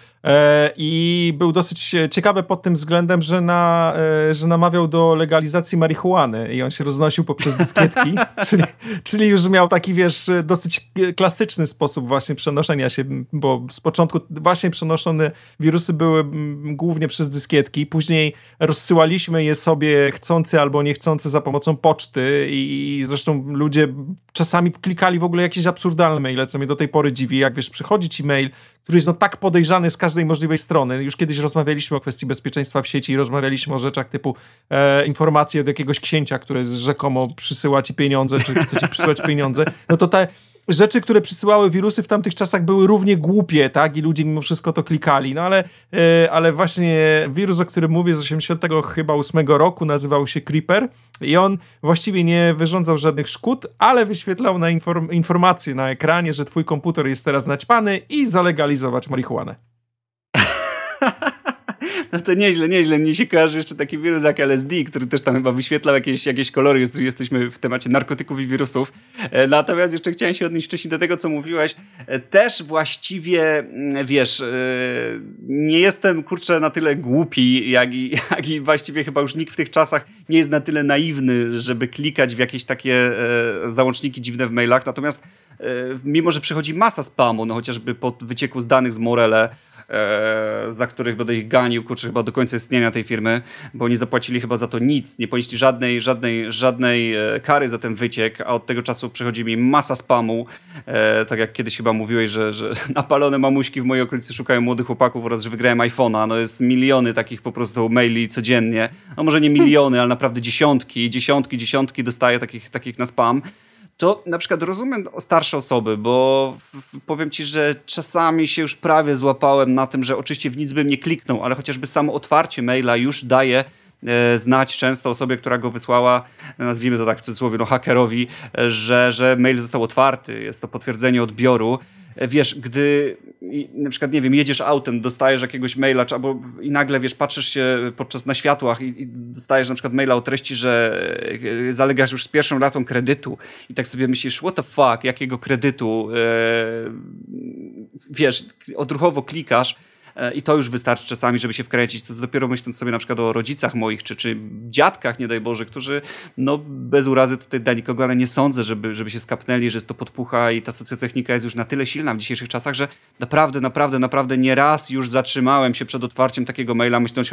i był dosyć ciekawy pod tym względem, że namawiał do legalizacji marihuany i on się roznosił poprzez dyskietki, czyli już miał taki, wiesz, dosyć klasyczny sposób właśnie przenoszenia się, bo z początku właśnie przenoszone wirusy były głównie przez dyskietki, później rozsyłaliśmy je sobie chcący albo niechcący za pomocą poczty i zresztą ludzie czasami klikali w ogóle jakieś absurdalne maile, co mnie do tej pory dziwi. Jak wiesz, przychodzi ci mail, który jest tak podejrzany z każdej możliwej strony. Już kiedyś rozmawialiśmy o kwestii bezpieczeństwa w sieci i rozmawialiśmy o rzeczach typu informacje od jakiegoś księcia, który rzekomo przysyła ci pieniądze, czy chce ci przysyłać pieniądze. No to te rzeczy, które przysyłały wirusy w tamtych czasach były równie głupie, tak? I ludzie mimo wszystko to klikali. No ale właśnie wirus, o którym mówię z 88 roku nazywał się Creeper i on właściwie nie wyrządzał żadnych szkód, ale wyświetlał na informację na ekranie, że twój komputer jest teraz naćpany i zalegalizować marihuanę. No to nieźle. Mnie się kojarzy jeszcze taki wirus jak LSD, który też tam chyba wyświetlał jakieś kolory, jesteśmy w temacie narkotyków i wirusów. Natomiast jeszcze chciałem się odnieść wcześniej do tego, co mówiłeś. Też właściwie, wiesz, nie jestem, kurczę, na tyle głupi, jak i właściwie chyba już nikt w tych czasach nie jest na tyle naiwny, żeby klikać w jakieś takie załączniki dziwne w mailach. Natomiast mimo, że przychodzi masa spamu, no chociażby po wycieku z danych z Morele, za których będę ich ganił, kurczę, chyba do końca istnienia tej firmy, bo nie zapłacili chyba za to nic, nie ponieśli żadnej kary za ten wyciek, a od tego czasu przychodzi mi masa spamu, tak jak kiedyś chyba mówiłeś, że napalone mamuśki w mojej okolicy szukają młodych chłopaków oraz, że wygrałem iPhone'a, no jest miliony takich po prostu maili codziennie, no może nie miliony, ale naprawdę dziesiątki dostaję takich na spam. To na przykład rozumiem starsze osoby, bo powiem ci, że czasami się już prawie złapałem na tym, że oczywiście w nic bym nie kliknął, ale chociażby samo otwarcie maila już daje znać często osobie, która go wysłała, nazwijmy to tak w cudzysłowie, no hakerowi, że mail został otwarty, jest to potwierdzenie odbioru. Wiesz, gdy na przykład, nie wiem, jedziesz autem, dostajesz jakiegoś maila, i nagle, wiesz, patrzysz się na światłach i dostajesz na przykład maila o treści, że zalegasz już z pierwszą ratą kredytu i tak sobie myślisz, what the fuck, jakiego kredytu? Wiesz, odruchowo klikasz, i to już wystarczy czasami, żeby się wkręcić. To dopiero myśląc sobie na przykład o rodzicach moich, czy dziadkach, nie daj Boże, którzy no bez urazy tutaj dla nikogo, ale nie sądzę, żeby się skapnęli, że jest to podpucha i ta socjotechnika jest już na tyle silna w dzisiejszych czasach, że naprawdę nie raz już zatrzymałem się przed otwarciem takiego maila, myśląc,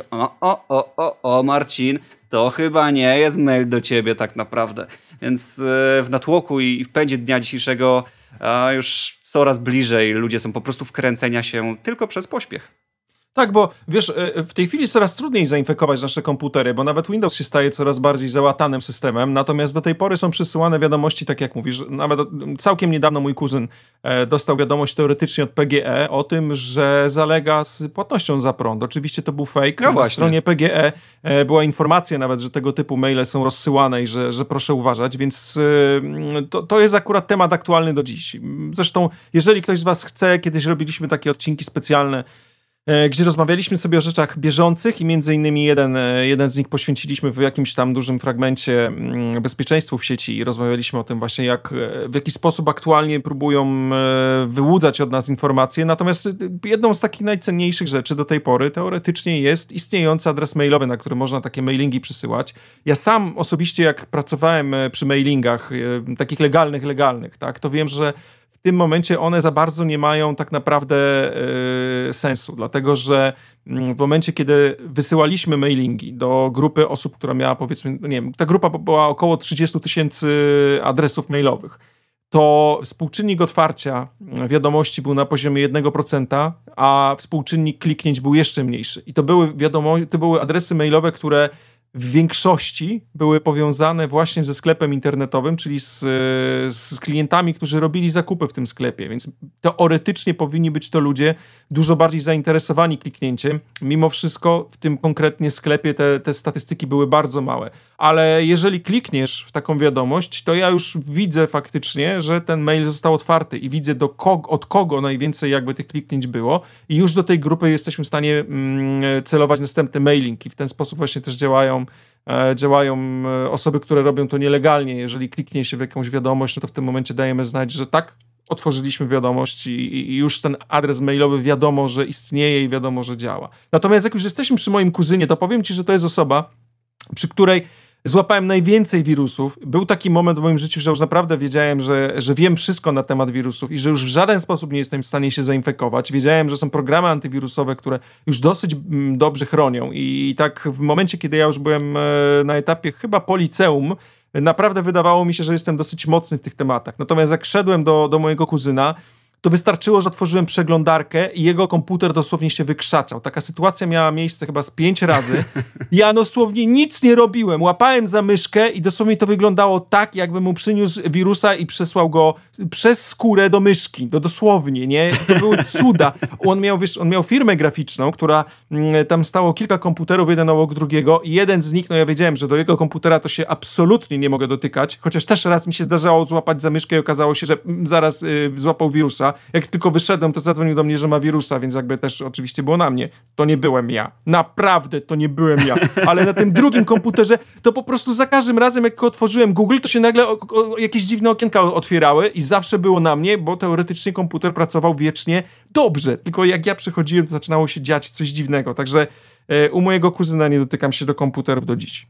o Marcin, to chyba nie jest mail do ciebie tak naprawdę. Więc w natłoku i w pędzie dnia dzisiejszego już coraz bliżej ludzie są po prostu wkręcenia się tylko przez pośpiech. Tak, bo wiesz, w tej chwili jest coraz trudniej zainfekować nasze komputery, bo nawet Windows się staje coraz bardziej załatanym systemem, natomiast do tej pory są przysyłane wiadomości, tak jak mówisz, nawet całkiem niedawno mój kuzyn dostał wiadomość teoretycznie od PGE o tym, że zalega z płatnością za prąd. Oczywiście to był fake. No na stronie PGE była informacja nawet, że tego typu maile są rozsyłane i że proszę uważać, więc to jest akurat temat aktualny do dziś. Zresztą, jeżeli ktoś z was chce, kiedyś robiliśmy takie odcinki specjalne, gdzie rozmawialiśmy sobie o rzeczach bieżących i między innymi jeden z nich poświęciliśmy w jakimś tam dużym fragmencie bezpieczeństwu w sieci i rozmawialiśmy o tym właśnie, w jaki sposób aktualnie próbują wyłudzać od nas informacje. Natomiast jedną z takich najcenniejszych rzeczy do tej pory teoretycznie jest istniejący adres mailowy, na który można takie mailingi przysyłać. Ja sam osobiście, jak pracowałem przy mailingach takich legalnych, tak, to wiem, że w tym momencie one za bardzo nie mają tak naprawdę sensu, dlatego że w momencie, kiedy wysyłaliśmy mailingi do grupy osób, która miała, powiedzmy, nie wiem, ta grupa była około 30 000 adresów mailowych, to współczynnik otwarcia wiadomości był na poziomie 1%, a współczynnik kliknięć był jeszcze mniejszy. I to były adresy mailowe, które w większości były powiązane właśnie ze sklepem internetowym, czyli z klientami, którzy robili zakupy w tym sklepie, więc teoretycznie powinni być to ludzie dużo bardziej zainteresowani kliknięciem. Mimo wszystko w tym konkretnie sklepie te statystyki były bardzo małe. Ale jeżeli klikniesz w taką wiadomość, to ja już widzę faktycznie, że ten mail został otwarty i widzę od kogo najwięcej jakby tych kliknięć było i już do tej grupy jesteśmy w stanie celować następny mailing i w ten sposób właśnie też działają osoby, które robią to nielegalnie. Jeżeli kliknie się w jakąś wiadomość, no to w tym momencie dajemy znać, że tak, otworzyliśmy wiadomość i już ten adres mailowy wiadomo, że istnieje i wiadomo, że działa. Natomiast jak już jesteśmy przy moim kuzynie, to powiem ci, że to jest osoba, przy której złapałem najwięcej wirusów. Był taki moment w moim życiu, że już naprawdę wiedziałem, że wiem wszystko na temat wirusów i że już w żaden sposób nie jestem w stanie się zainfekować. Wiedziałem, że są programy antywirusowe, które już dosyć dobrze chronią i tak w momencie, kiedy ja już byłem na etapie chyba po liceum, naprawdę wydawało mi się, że jestem dosyć mocny w tych tematach. Natomiast jak szedłem do mojego kuzyna, to wystarczyło, że otworzyłem przeglądarkę i jego komputer dosłownie się wykrzaczał. Taka sytuacja miała miejsce chyba z 5 razy. Ja dosłownie nic nie robiłem. Łapałem za myszkę i dosłownie to wyglądało tak, jakbym mu przyniósł wirusa i przesłał go przez skórę do myszki. Dosłownie, nie? To były cuda. On miał firmę graficzną, która tam stało kilka komputerów, jeden obok drugiego i jeden z nich, no ja wiedziałem, że do jego komputera to się absolutnie nie mogę dotykać, chociaż też raz mi się zdarzało złapać za myszkę i okazało się, że zaraz złapał wirusa. Jak tylko wyszedłem, to zadzwonił do mnie, że ma wirusa, więc jakby też oczywiście było na mnie. To nie byłem ja. Naprawdę to nie byłem ja. Ale na tym drugim komputerze to po prostu za każdym razem, jak otworzyłem Google, to się nagle jakieś dziwne okienka otwierały i zawsze było na mnie, bo teoretycznie komputer pracował wiecznie dobrze. Tylko jak ja przychodziłem, to zaczynało się dziać coś dziwnego. Także u mojego kuzyna nie dotykam się do komputerów do dziś.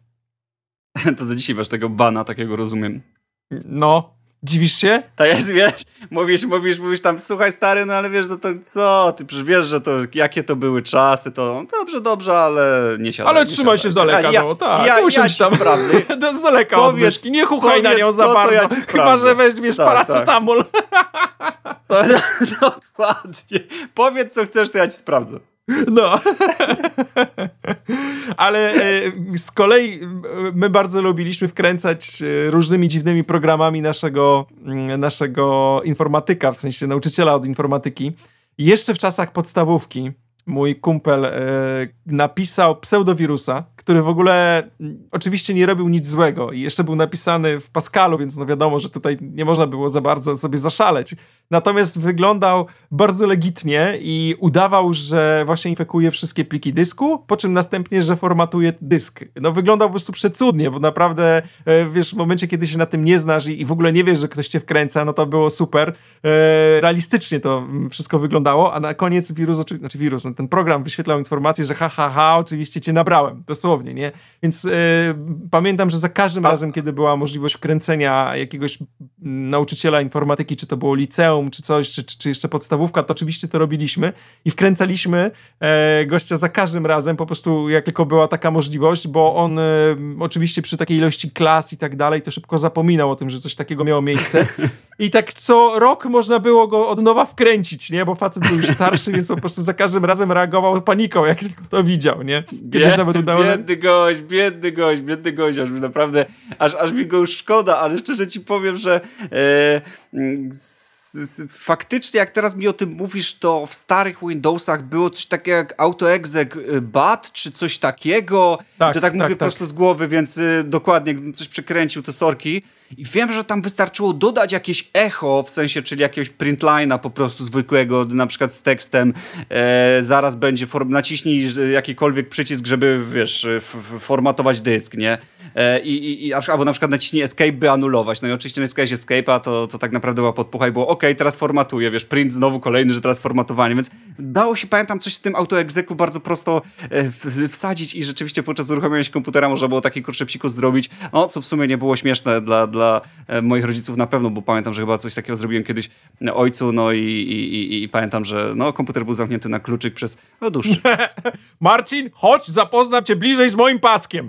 To do dzisiaj masz tego bana, takiego rozumiem. No. Dziwisz się? Tak jest, wiesz, mówisz tam, słuchaj stary, no ale wiesz, no to co, ty przecież wiesz, że to, jakie to były czasy, to dobrze, ale nie siadaj. Ale trzymaj się z daleka, no tak. Ja ci tam sprawdzę. Z daleka od myszki, nie chuchaj na nią za bardzo, ja chyba, że weźmiesz paracetamol. Tak. Dokładnie. Powiedz, co chcesz, to ja ci sprawdzę. No. Ale z kolei my bardzo lubiliśmy wkręcać różnymi dziwnymi programami naszego informatyka, w sensie nauczyciela od informatyki. Jeszcze w czasach podstawówki mój kumpel napisał pseudowirusa, który w ogóle oczywiście nie robił nic złego i jeszcze był napisany w Pascalu, więc no wiadomo, że tutaj nie można było za bardzo sobie zaszaleć. Natomiast wyglądał bardzo legitnie i udawał, że właśnie infekuje wszystkie pliki dysku, po czym następnie, że formatuje dysk. No wyglądał po prostu przecudnie, bo naprawdę, wiesz, w momencie, kiedy się na tym nie znasz i w ogóle nie wiesz, że ktoś cię wkręca, no to było super. Realistycznie to wszystko wyglądało, a na koniec wirus, ten program wyświetlał informację, że oczywiście cię nabrałem, dosłownie, nie? Więc pamiętam, że za każdym razem, kiedy była możliwość wkręcenia jakiegoś nauczyciela informatyki, czy to było liceum, czy coś, czy jeszcze podstawówka, to oczywiście to robiliśmy i wkręcaliśmy gościa za każdym razem, po prostu jak tylko była taka możliwość, bo on oczywiście przy takiej ilości klas i tak dalej, to szybko zapominał o tym, że coś takiego miało miejsce. I tak co rok można było go od nowa wkręcić, nie? Bo facet był już starszy, więc po prostu za każdym razem reagował paniką, jak to widział, nie? Kiedyś nawet udało... Biedny gość, aż mi naprawdę, aż mi go już szkoda, ale szczerze ci powiem, że faktycznie jak teraz mi o tym mówisz, to w starych Windowsach było coś takiego jak AutoExec BAT, czy coś takiego. Tak, to tak mówię prosto z głowy, więc dokładnie, gdybym coś przekręcił, te sorki. I wiem, że tam wystarczyło dodać jakieś echo, w sensie, czyli jakiegoś printline'a po prostu zwykłego, na przykład z tekstem, zaraz będzie, naciśnij jakikolwiek przycisk, żeby, wiesz, formatować dysk, nie? Albo na przykład naciśnij escape, by anulować. No i oczywiście naciskałeś escape'a, to tak naprawdę była podpucha i było okej, teraz formatuję, wiesz, print znowu kolejny, że teraz formatowanie, więc dało się, pamiętam, coś w tym autoegzeku bardzo prosto wsadzić i rzeczywiście podczas uruchomienia komputera można było taki kurczę psikus zrobić, no co w sumie nie było śmieszne dla moich rodziców na pewno, bo pamiętam, że chyba coś takiego zrobiłem kiedyś ojcu, no i pamiętam, że no, komputer był zamknięty na kluczyk przez dłuższy czas. Marcin, chodź, zapoznam cię bliżej z moim paskiem.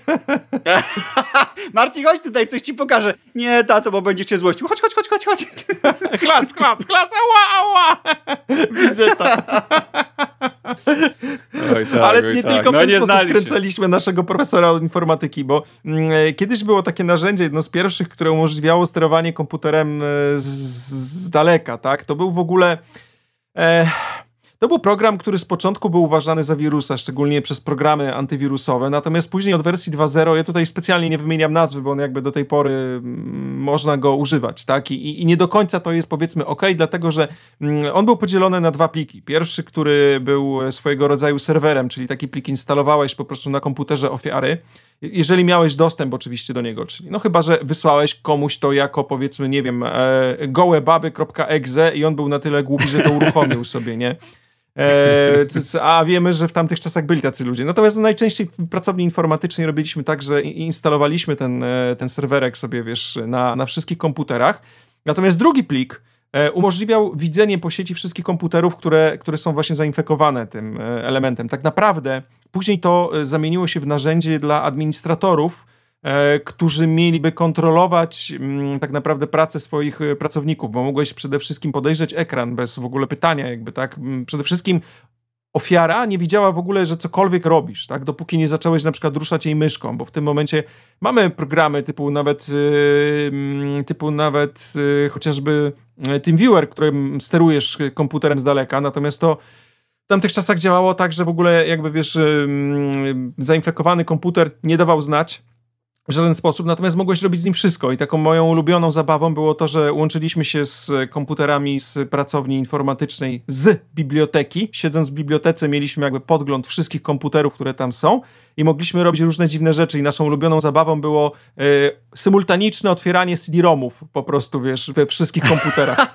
Marcin, chodź tutaj, coś ci pokażę. Nie, tato, bo będzie cię złościł. Chodź. Klas, ała. Widzę to. Oj, tak, ale nie tylko w ten sposób znali wkręcaliśmy naszego profesora od informatyki, bo kiedyś było takie narzędzie, jedno z pierwszych, które umożliwiało sterowanie komputerem z daleka, tak? To był w ogóle... To był program, który z początku był uważany za wirusa, szczególnie przez programy antywirusowe, natomiast później od wersji 2.0, ja tutaj specjalnie nie wymieniam nazwy, bo on jakby do tej pory można go używać, tak? I nie do końca to jest, powiedzmy, dlatego że on był podzielony na dwa pliki. Pierwszy, który był swojego rodzaju serwerem, czyli taki plik instalowałeś po prostu na komputerze ofiary, jeżeli miałeś dostęp oczywiście do niego, czyli no chyba, że wysłałeś komuś to jako, powiedzmy, nie wiem, gołebaby.exe i on był na tyle głupi, że to uruchomił sobie, nie? A wiemy, że w tamtych czasach byli tacy ludzie. Natomiast najczęściej w pracowni informatycznej robiliśmy tak, że instalowaliśmy ten serwerek sobie, wiesz, na wszystkich komputerach. Natomiast drugi plik umożliwiał widzenie po sieci wszystkich komputerów, które są właśnie zainfekowane tym elementem. Tak naprawdę później to zamieniło się w narzędzie dla administratorów, którzy mieliby kontrolować tak naprawdę pracę swoich pracowników, bo mogłeś przede wszystkim podejrzeć ekran bez w ogóle pytania, jakby tak. Przede wszystkim ofiara nie widziała w ogóle, że cokolwiek robisz, tak? Dopóki nie zacząłeś na przykład ruszać jej myszką, bo w tym momencie mamy programy typu nawet chociażby TeamViewer, którym sterujesz komputerem z daleka, natomiast to w tamtych czasach działało tak, że w ogóle jakby wiesz, zainfekowany komputer nie dawał znać w żaden sposób, natomiast mogłeś robić z nim wszystko i taką moją ulubioną zabawą było to, że łączyliśmy się z komputerami z pracowni informatycznej z biblioteki. Siedząc w bibliotece mieliśmy jakby podgląd wszystkich komputerów, które tam są i mogliśmy robić różne dziwne rzeczy i naszą ulubioną zabawą było symultaniczne otwieranie CD-ROMów po prostu, wiesz, we wszystkich komputerach.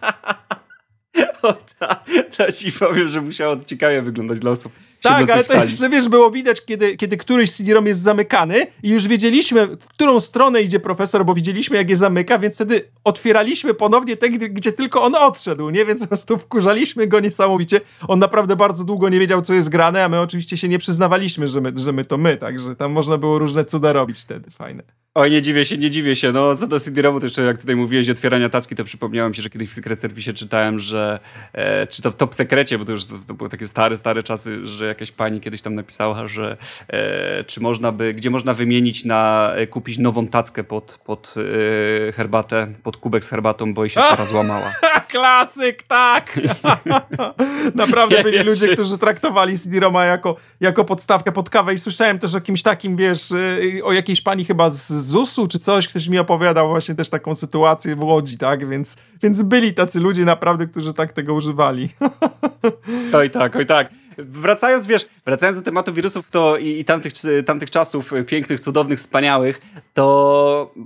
To ci powiem, że musiało to ciekawie wyglądać dla osób. Tak, ale to jeszcze, wiesz, było widać, kiedy któryś CD-ROM jest zamykany i już wiedzieliśmy, w którą stronę idzie profesor, bo widzieliśmy, jak je zamyka, więc wtedy otwieraliśmy ponownie te, gdzie tylko on odszedł, nie? Więc po prostu wkurzaliśmy go niesamowicie. On naprawdę bardzo długo nie wiedział, co jest grane, a my oczywiście się nie przyznawaliśmy, że my to my, także tam można było różne cuda robić wtedy, fajne. Oj, nie dziwię się. No, co do CD-ROMu, to jeszcze jak tutaj mówiłeś o otwierania tacki, to przypomniałem się, że kiedyś w Secret Service czytałem, że czy to w Top Sekrecie, bo to były takie stare czasy, że jakaś pani kiedyś tam napisała, że gdzie można wymienić kupić nową tackę pod herbatę, pod kubek z herbatą, bo jej się stara złamała. Klasyk, tak! Naprawdę byli ludzie, którzy traktowali CD-ROMa jako podstawkę pod kawę i słyszałem też o kimś takim, wiesz, o jakiejś pani chyba z ZUS-u czy coś, ktoś mi opowiadał właśnie też taką sytuację w Łodzi, tak? Więc byli tacy ludzie naprawdę, którzy tak tego używali. Oj tak. Wracając do tematu wirusów i tamtych czasów pięknych, cudownych, wspaniałych, to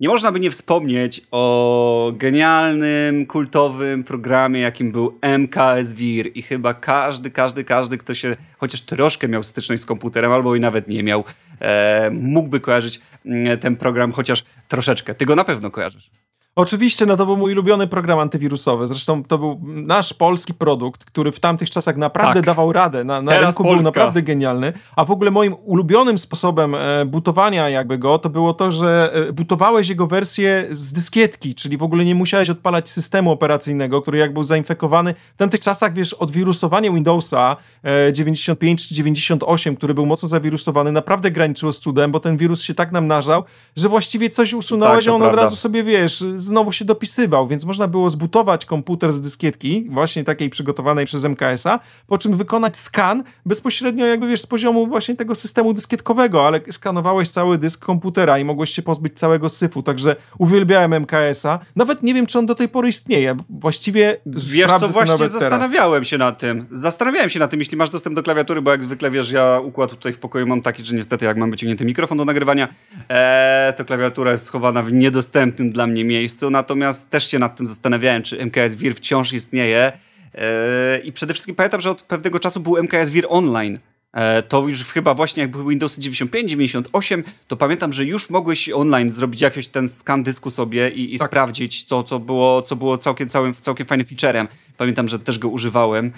Nie można by nie wspomnieć o genialnym, kultowym programie, jakim był MKS Wir i chyba każdy, kto się chociaż troszkę miał styczność z komputerem, albo i nawet nie miał, mógłby kojarzyć ten program chociaż troszeczkę. Ty go na pewno kojarzysz. Oczywiście, no to był mój ulubiony program antywirusowy. Zresztą to był nasz polski produkt, który w tamtych czasach naprawdę dawał radę. Na rynku był naprawdę genialny. A w ogóle moim ulubionym sposobem bootowania jakby go, to było to, że bootowałeś jego wersję z dyskietki, czyli w ogóle nie musiałeś odpalać systemu operacyjnego, który jak był zainfekowany. W tamtych czasach, wiesz, odwirusowanie Windowsa 95 czy 98, który był mocno zawirusowany, naprawdę graniczyło z cudem, bo ten wirus się tak namnażał, że właściwie coś usunąłeś, a on od razu sobie, wiesz, znowu się dopisywał, więc można było zbutować komputer z dyskietki, właśnie takiej przygotowanej przez MKS-a, po czym wykonać skan bezpośrednio jakby, wiesz, z poziomu właśnie tego systemu dyskietkowego, ale skanowałeś cały dysk komputera i mogłeś się pozbyć całego syfu, także uwielbiałem MKS-a. Nawet nie wiem, czy on do tej pory istnieje. Właściwie wiesz co, właśnie zastanawiałem się nad tym, jeśli masz dostęp do klawiatury, bo jak zwykle wiesz, ja układ tutaj w pokoju mam taki, że niestety jak mam wyciągnięty mikrofon do nagrywania, to klawiatura jest schowana w niedostępnym dla mnie miejscu. Natomiast też się nad tym zastanawiałem, czy MKS Wir wciąż istnieje i przede wszystkim pamiętam, że od pewnego czasu był MKS Wir Online. To już chyba właśnie jak były Windowsy 95, 98, to pamiętam, że już mogłeś online zrobić jakiś ten skan dysku sobie i sprawdzić, co było całkiem fajnym featurem. Pamiętam, że też go używałem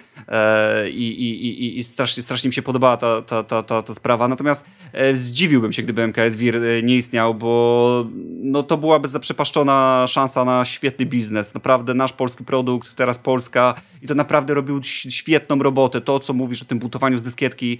i strasznie mi się podobała ta sprawa. Natomiast zdziwiłbym się, gdyby MKS Wir nie istniał, bo no, to byłaby zaprzepaszczona szansa na świetny biznes. Naprawdę nasz polski produkt, teraz Polska i to naprawdę robił świetną robotę. To, co mówisz o tym bootowaniu z dyskietki,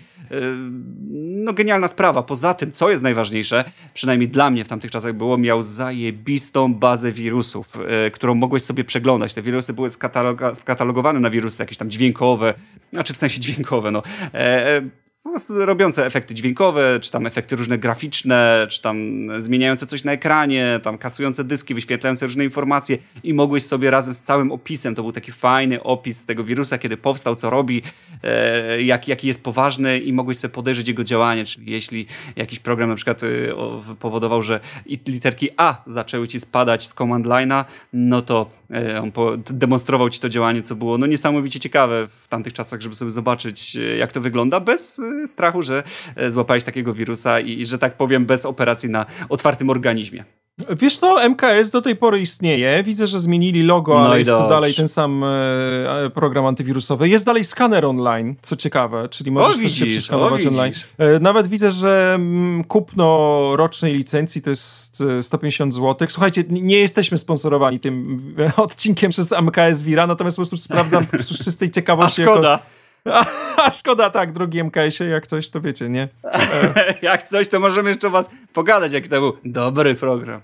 no genialna sprawa. Poza tym, co jest najważniejsze, przynajmniej dla mnie w tamtych czasach było, miał zajebistą bazę wirusów, którą mogłeś sobie przeglądać. Te wirusy były katalogowane na wirusy jakieś tam dźwiękowe, znaczy w sensie dźwiękowe, no. Po prostu robiące efekty dźwiękowe, czy tam efekty różne graficzne, czy tam zmieniające coś na ekranie, tam kasujące dyski, wyświetlające różne informacje i mogłeś sobie razem z całym opisem, to był taki fajny opis tego wirusa, kiedy powstał, co robi, jaki jest poważny i mogłeś sobie podejrzeć jego działanie, czyli jeśli jakiś program na przykład powodował, że literki A zaczęły ci spadać z command line'a, no to on demonstrował ci to działanie, co było no niesamowicie ciekawe w tamtych czasach, żeby sobie zobaczyć, jak to wygląda, bez strachu, że złapałeś takiego wirusa i że tak powiem, bez operacji na otwartym organizmie. Wiesz co, MKS do tej pory istnieje. Widzę, że zmienili logo, ale jest to dalej ten sam program antywirusowy. Jest dalej skaner online, co ciekawe, czyli możesz też się przeskanować online. Nawet widzę, że kupno rocznej licencji to jest 150 zł. Słuchajcie, nie jesteśmy sponsorowani tym odcinkiem przez MKS Vira, natomiast po prostu sprawdzam po prostu z czystej ciekawości. A szkoda. A szkoda, tak, drogi MKS-ie, jak coś, to wiecie, nie? Jak coś, to możemy jeszcze o was pogadać, jaki to był dobry program.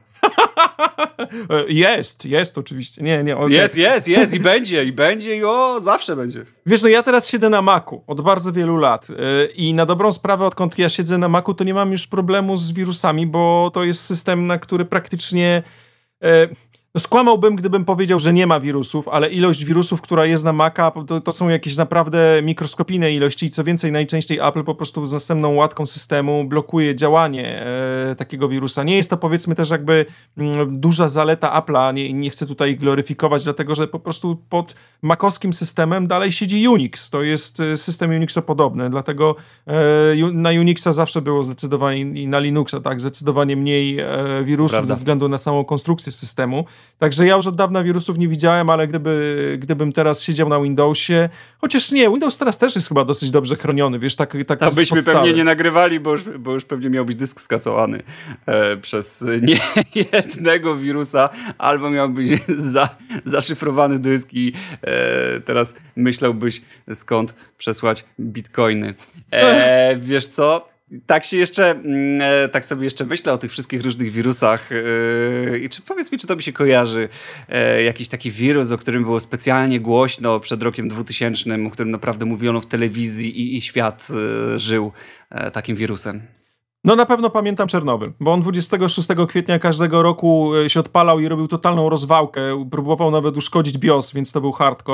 Jest oczywiście. Nie, okay. Jest i będzie i zawsze będzie. Wiesz, ja teraz siedzę na Macu od bardzo wielu lat i na dobrą sprawę, odkąd ja siedzę na Macu, to nie mam już problemu z wirusami, bo to jest system, na który praktycznie... No skłamałbym, gdybym powiedział, że nie ma wirusów, ale ilość wirusów, która jest na Maca, to są jakieś naprawdę mikroskopijne ilości i co więcej, najczęściej Apple po prostu z następną łatką systemu blokuje działanie takiego wirusa. Nie jest to, powiedzmy, też jakby duża zaleta Apple'a, nie chcę tutaj gloryfikować, dlatego że po prostu pod macowskim systemem dalej siedzi Unix. To jest system Unixopodobny, dlatego na Unixa zawsze było zdecydowanie i na Linuxa, tak, zdecydowanie mniej wirusów ze względu na samą konstrukcję systemu. Także ja już od dawna wirusów nie widziałem, ale gdybym teraz siedział na Windowsie, chociaż nie, Windows teraz też jest chyba dosyć dobrze chroniony, wiesz, tak abyśmy pewnie nie nagrywali, bo już pewnie miał być dysk skasowany przez niejednego wirusa, albo miał być zaszyfrowany dysk i teraz myślałbyś, skąd przesłać bitcoiny. Wiesz co? Tak sobie jeszcze myślę o tych wszystkich różnych wirusach i powiedz mi, czy to mi się kojarzy jakiś taki wirus, o którym było specjalnie głośno przed rokiem 2000, o którym naprawdę mówiono w telewizji i świat żył takim wirusem. No na pewno pamiętam Czernobyl, bo on 26 kwietnia każdego roku się odpalał i robił totalną rozwałkę, próbował nawet uszkodzić BIOS, więc to był hardcore.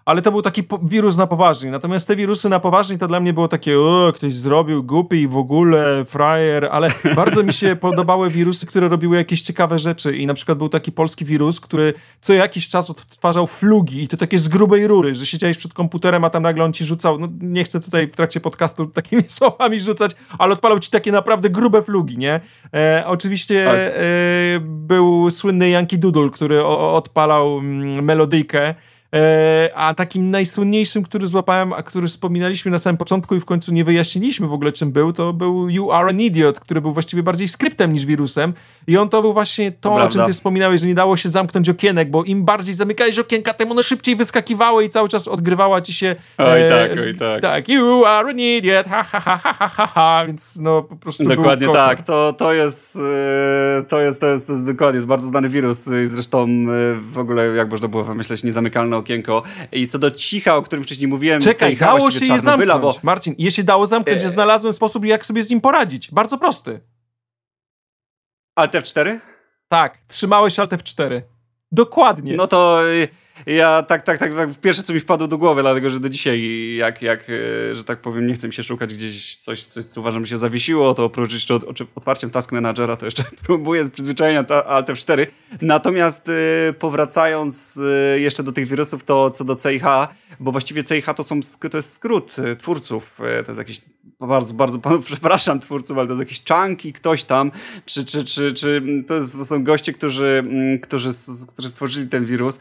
ale to był taki wirus na poważnie. Natomiast te wirusy na poważnie to dla mnie było takie, ktoś zrobił, głupi i w ogóle, frajer, ale bardzo mi się podobały wirusy, które robiły jakieś ciekawe rzeczy i na przykład był taki polski wirus, który co jakiś czas odtwarzał flugi i to takie z grubej rury, że siedziałeś przed komputerem, a tam nagle on ci rzucał, no nie chcę tutaj w trakcie podcastu takimi słowami rzucać, ale odpalał ci takie naprawdę grube flugi, nie? Oczywiście był słynny Yankee Doodle, który odpalał melodyjkę, a takim najsłynniejszym, który złapałem, a który wspominaliśmy na samym początku i w końcu nie wyjaśniliśmy w ogóle czym był, to był You Are an Idiot, który był właściwie bardziej skryptem niż wirusem i on to był właśnie to, o czym ty wspominałeś, że nie dało się zamknąć okienek, bo im bardziej zamykałeś okienka, tym one szybciej wyskakiwały i cały czas odgrywała ci się Oj tak. Tak, You Are an Idiot, ha, ha, ha, ha, ha, ha, więc no po prostu dokładnie był tak, to jest dokładnie bardzo znany wirus i zresztą w ogóle jak można było wymyśleć niezamykalne okienko. I co do cicha, o którym wcześniej mówiłem, czekaj, dało się je zamknąć, bo... Marcin, je się dało zamknąć, że znalazłem sposób, jak sobie z nim poradzić, bardzo prosty. Alt F4? Tak, trzymałeś Alt F4. Dokładnie. No to ja tak pierwsze co mi wpadło do głowy, dlatego że do dzisiaj że tak powiem, nie chcę mi się szukać gdzieś coś co uważam, że się zawiesiło, to oprócz jeszcze otwarciem Task Managera, to jeszcze próbuję z przyzwyczajenia Alt F4. Natomiast powracając jeszcze do tych wirusów, to co do CIH, bo właściwie CIH to jest skrót twórców, to jest jakiś bardzo przepraszam twórców, ale to jest jakiś Chunky, ktoś tam, czy to są goście, którzy stworzyli ten wirus.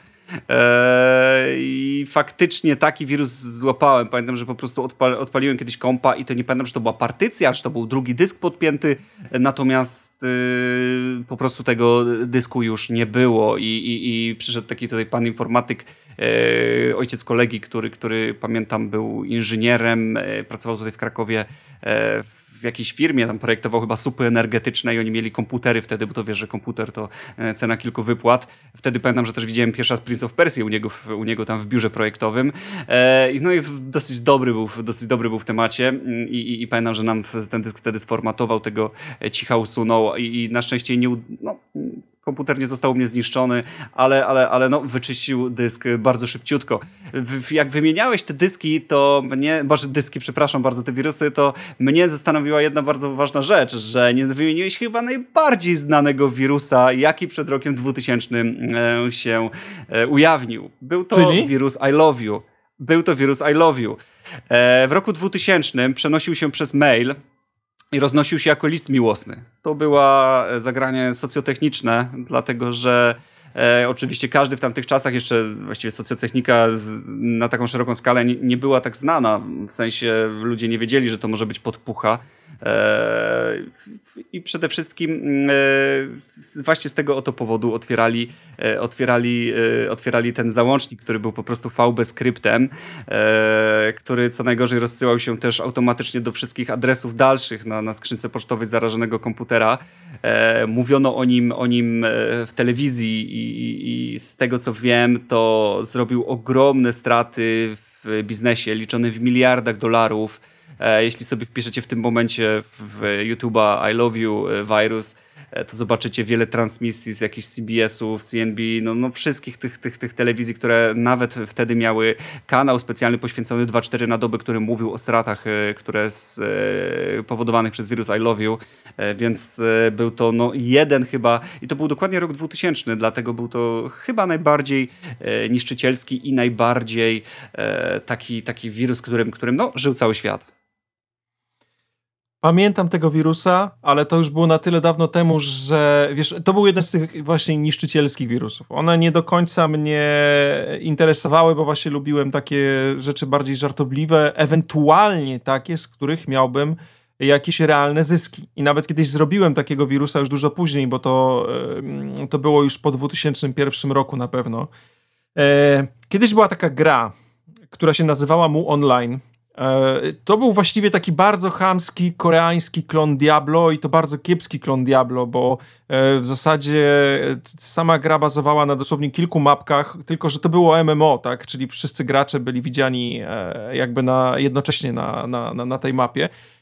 I faktycznie taki wirus złapałem. Pamiętam, że po prostu odpaliłem kiedyś kompa i to nie pamiętam, czy to była partycja, czy to był drugi dysk podpięty, natomiast po prostu tego dysku już nie było i przyszedł taki tutaj pan informatyk, ojciec kolegi, który pamiętam był inżynierem, pracował tutaj w Krakowie w jakiejś firmie, tam projektował chyba supy energetyczne i oni mieli komputery wtedy, bo to wiesz, że komputer to cena kilku wypłat. Wtedy pamiętam, że też widziałem pierwszy raz Prince of Persia u niego tam w biurze projektowym. No i dosyć dobry był w temacie i pamiętam, że nam ten dysk wtedy sformatował, tego cicha usunął i na szczęście komputer nie został u mnie zniszczony, ale wyczyścił dysk bardzo szybciutko. Jak wymieniałeś te dyski, te wirusy, to mnie zastanowiła jedna bardzo ważna rzecz, że nie wymieniłeś chyba najbardziej znanego wirusa, jaki przed rokiem 2000 się ujawnił. Był to wirus I Love You. W roku 2000 przenosił się przez mail i roznosił się jako list miłosny. To było zagranie socjotechniczne, dlatego że oczywiście każdy w tamtych czasach, jeszcze właściwie socjotechnika na taką szeroką skalę nie była tak znana. W sensie ludzie nie wiedzieli, że to może być podpucha. I przede wszystkim właśnie z tego oto powodu otwierali ten załącznik, który był po prostu VB skryptem, który co najgorzej rozsyłał się też automatycznie do wszystkich adresów dalszych na skrzynce pocztowej zarażonego komputera. Mówiono o nim w telewizji i z tego co wiem, to zrobił ogromne straty w biznesie, liczone w miliardach dolarów. Jeśli sobie wpiszecie w tym momencie w YouTube'a I Love You wirus, to zobaczycie wiele transmisji z jakichś CBS-ów, CNB, wszystkich tych telewizji, które nawet wtedy miały kanał specjalny poświęcony 2/4 na dobę, który mówił o stratach, które powodowanych przez wirus I Love You, więc był to jeden chyba, i to był dokładnie rok 2000, dlatego był to chyba najbardziej niszczycielski i najbardziej taki wirus, którym żył cały świat. Pamiętam tego wirusa, ale to już było na tyle dawno temu, że wiesz, to był jeden z tych właśnie niszczycielskich wirusów. One nie do końca mnie interesowały, bo właśnie lubiłem takie rzeczy bardziej żartobliwe, ewentualnie takie, z których miałbym jakieś realne zyski. I nawet kiedyś zrobiłem takiego wirusa już dużo później, bo to było już po 2001 roku na pewno. Kiedyś była taka gra, która się nazywała Mu Online. To był właściwie taki bardzo chamski, koreański klon Diablo i to bardzo kiepski klon Diablo, bo w zasadzie sama gra bazowała na dosłownie kilku mapkach, tylko że to było MMO, tak? Czyli wszyscy gracze byli widziani jakby jednocześnie na tej mapie.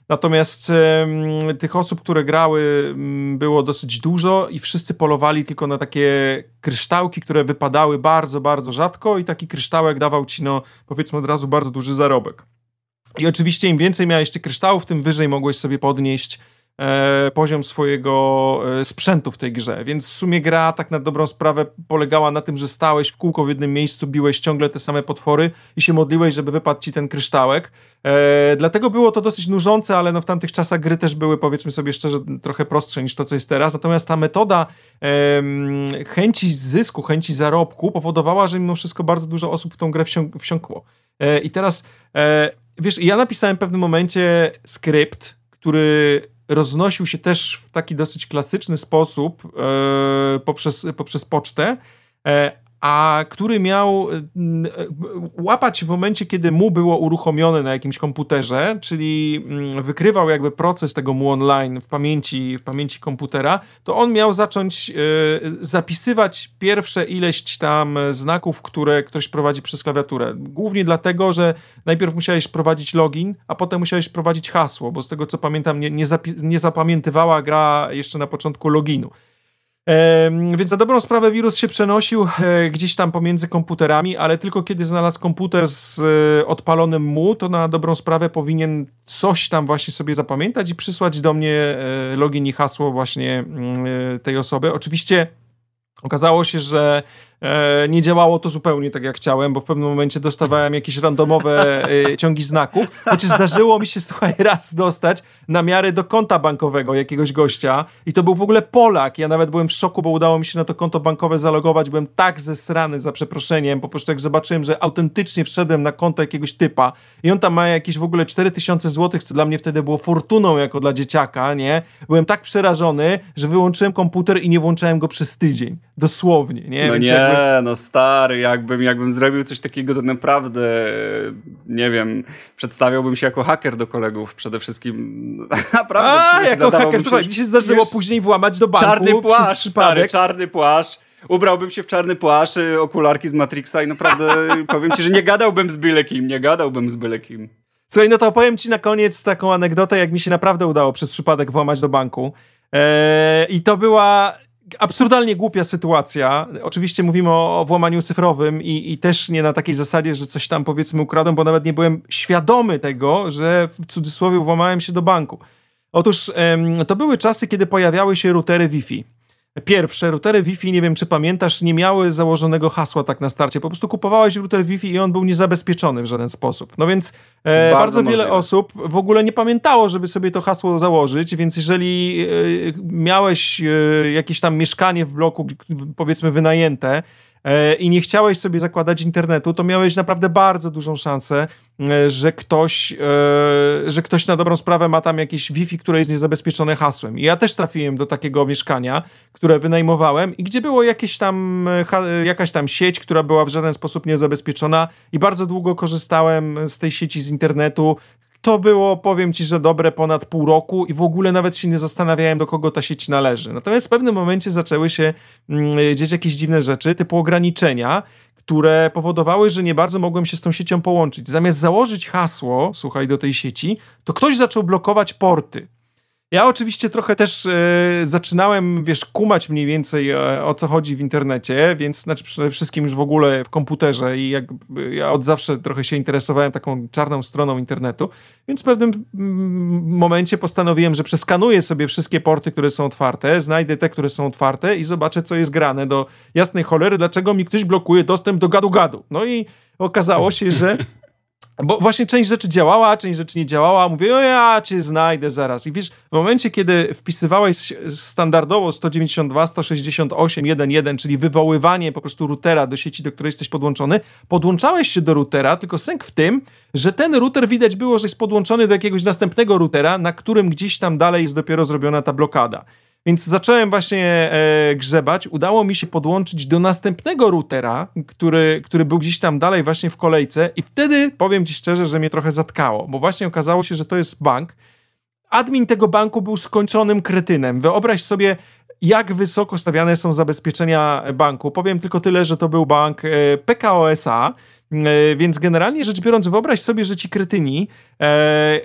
Natomiast tych osób, które grały, było dosyć dużo i wszyscy polowali tylko na takie kryształki, które wypadały bardzo, bardzo rzadko i taki kryształek dawał ci, no powiedzmy od razu, bardzo duży zarobek. I oczywiście im więcej miałeś tych kryształów, tym wyżej mogłeś sobie podnieść poziom swojego sprzętu w tej grze, więc w sumie gra tak na dobrą sprawę polegała na tym, że stałeś w kółko w jednym miejscu, biłeś ciągle te same potwory i się modliłeś, żeby wypadł ci ten kryształek. Dlatego było to dosyć nużące, ale no w tamtych czasach gry też były, powiedzmy sobie szczerze, trochę prostsze niż to, co jest teraz. Natomiast ta metoda chęci zysku, chęci zarobku powodowała, że mimo wszystko bardzo dużo osób w tą grę wsiąkło. I teraz, wiesz, ja napisałem w pewnym momencie skrypt, który roznosił się też w taki dosyć klasyczny sposób poprzez pocztę, a który miał łapać w momencie, kiedy mu było uruchomione na jakimś komputerze, czyli wykrywał jakby proces tego mu online w pamięci komputera, to on miał zacząć zapisywać pierwsze ileś tam znaków, które ktoś prowadzi przez klawiaturę. Głównie dlatego, że najpierw musiałeś prowadzić login, a potem musiałeś prowadzić hasło, bo z tego co pamiętam nie zapamiętywała gra jeszcze na początku loginu. Więc na dobrą sprawę wirus się przenosił gdzieś tam pomiędzy komputerami, ale tylko kiedy znalazł komputer z odpalonym mu, to na dobrą sprawę powinien coś tam właśnie sobie zapamiętać i przysłać do mnie login i hasło właśnie tej osoby. Oczywiście okazało się, że nie działało to zupełnie tak jak chciałem, bo w pewnym momencie dostawałem jakieś randomowe ciągi znaków, chociaż zdarzyło mi się, słuchaj, raz dostać namiary do konta bankowego jakiegoś gościa i to był w ogóle Polak. Ja nawet byłem w szoku, bo udało mi się na to konto bankowe zalogować, byłem tak zesrany za przeproszeniem, po prostu jak zobaczyłem, że autentycznie wszedłem na konto jakiegoś typa i on tam ma jakieś w ogóle 4000 złotych, co dla mnie wtedy było fortuną jako dla dzieciaka, nie? Byłem tak przerażony, że wyłączyłem komputer i nie włączałem go przez tydzień. Dosłownie, nie? No Więc nie, no stary, jakbym zrobił coś takiego, to naprawdę, nie wiem, przedstawiałbym się jako haker do kolegów przede wszystkim. Naprawdę. Jako haker, słuchaj, mi się zdarzyło później włamać do banku. Czarny płaszcz, stary, czarny płaszcz. Ubrałbym się w czarny płaszcz, okularki z Matrixa i naprawdę powiem ci, że nie gadałbym z byle kim. Słuchaj, no to opowiem ci na koniec taką anegdotę, jak mi się naprawdę udało przez przypadek włamać do banku. I to była absurdalnie głupia sytuacja. Oczywiście mówimy o włamaniu cyfrowym i też nie na takiej zasadzie, że coś tam powiedzmy ukradłem, bo nawet nie byłem świadomy tego, że w cudzysłowie włamałem się do banku. Otóż to były czasy, kiedy pojawiały się routery Wi-Fi. Pierwsze routery Wi-Fi, nie wiem czy pamiętasz, nie miały założonego hasła tak na starcie. Po prostu kupowałeś router Wi-Fi i on był niezabezpieczony w żaden sposób. No więc bardzo wiele osób w ogóle nie pamiętało, żeby sobie to hasło założyć, więc jeżeli miałeś jakieś tam mieszkanie w bloku, powiedzmy wynajęte, i nie chciałeś sobie zakładać internetu, to miałeś naprawdę bardzo dużą szansę, że ktoś na dobrą sprawę ma tam jakieś Wi-Fi, które jest niezabezpieczone hasłem. I ja też trafiłem do takiego mieszkania, które wynajmowałem i gdzie było jakaś tam sieć, która była w żaden sposób niezabezpieczona i bardzo długo korzystałem z tej sieci z internetu. To było, powiem ci, że dobre ponad pół roku i w ogóle nawet się nie zastanawiałem, do kogo ta sieć należy. Natomiast w pewnym momencie zaczęły się dziać jakieś dziwne rzeczy, typu ograniczenia, które powodowały, że nie bardzo mogłem się z tą siecią połączyć. Zamiast założyć hasło, słuchaj, do tej sieci, to ktoś zaczął blokować porty. Ja oczywiście trochę też zaczynałem, kumać mniej więcej o co chodzi w internecie, więc znaczy przede wszystkim już w ogóle w komputerze i ja od zawsze trochę się interesowałem taką czarną stroną internetu, więc w pewnym momencie postanowiłem, że przeskanuję sobie wszystkie porty, które są otwarte, znajdę te, które są otwarte i zobaczę, co jest grane do jasnej cholery, dlaczego mi ktoś blokuje dostęp do gadu-gadu. No i okazało się, że bo właśnie część rzeczy działała, a część rzeczy nie działała. Mówię, ja cię znajdę zaraz. I wiesz, w momencie, kiedy wpisywałeś standardowo 192.168.1.1, czyli wywoływanie po prostu routera do sieci, do której jesteś podłączony, podłączałeś się do routera, tylko sęk w tym, że ten router widać było, że jest podłączony do jakiegoś następnego routera, na którym gdzieś tam dalej jest dopiero zrobiona ta blokada. Więc zacząłem właśnie grzebać. Udało mi się podłączyć do następnego routera, który był gdzieś tam dalej właśnie w kolejce i wtedy powiem ci szczerze, że mnie trochę zatkało, bo właśnie okazało się, że to jest bank. Admin tego banku był skończonym kretynem. Wyobraź sobie, jak wysoko stawiane są zabezpieczenia banku. Powiem tylko tyle, że to był bank PKO SA, więc generalnie rzecz biorąc, wyobraź sobie, że ci kretyni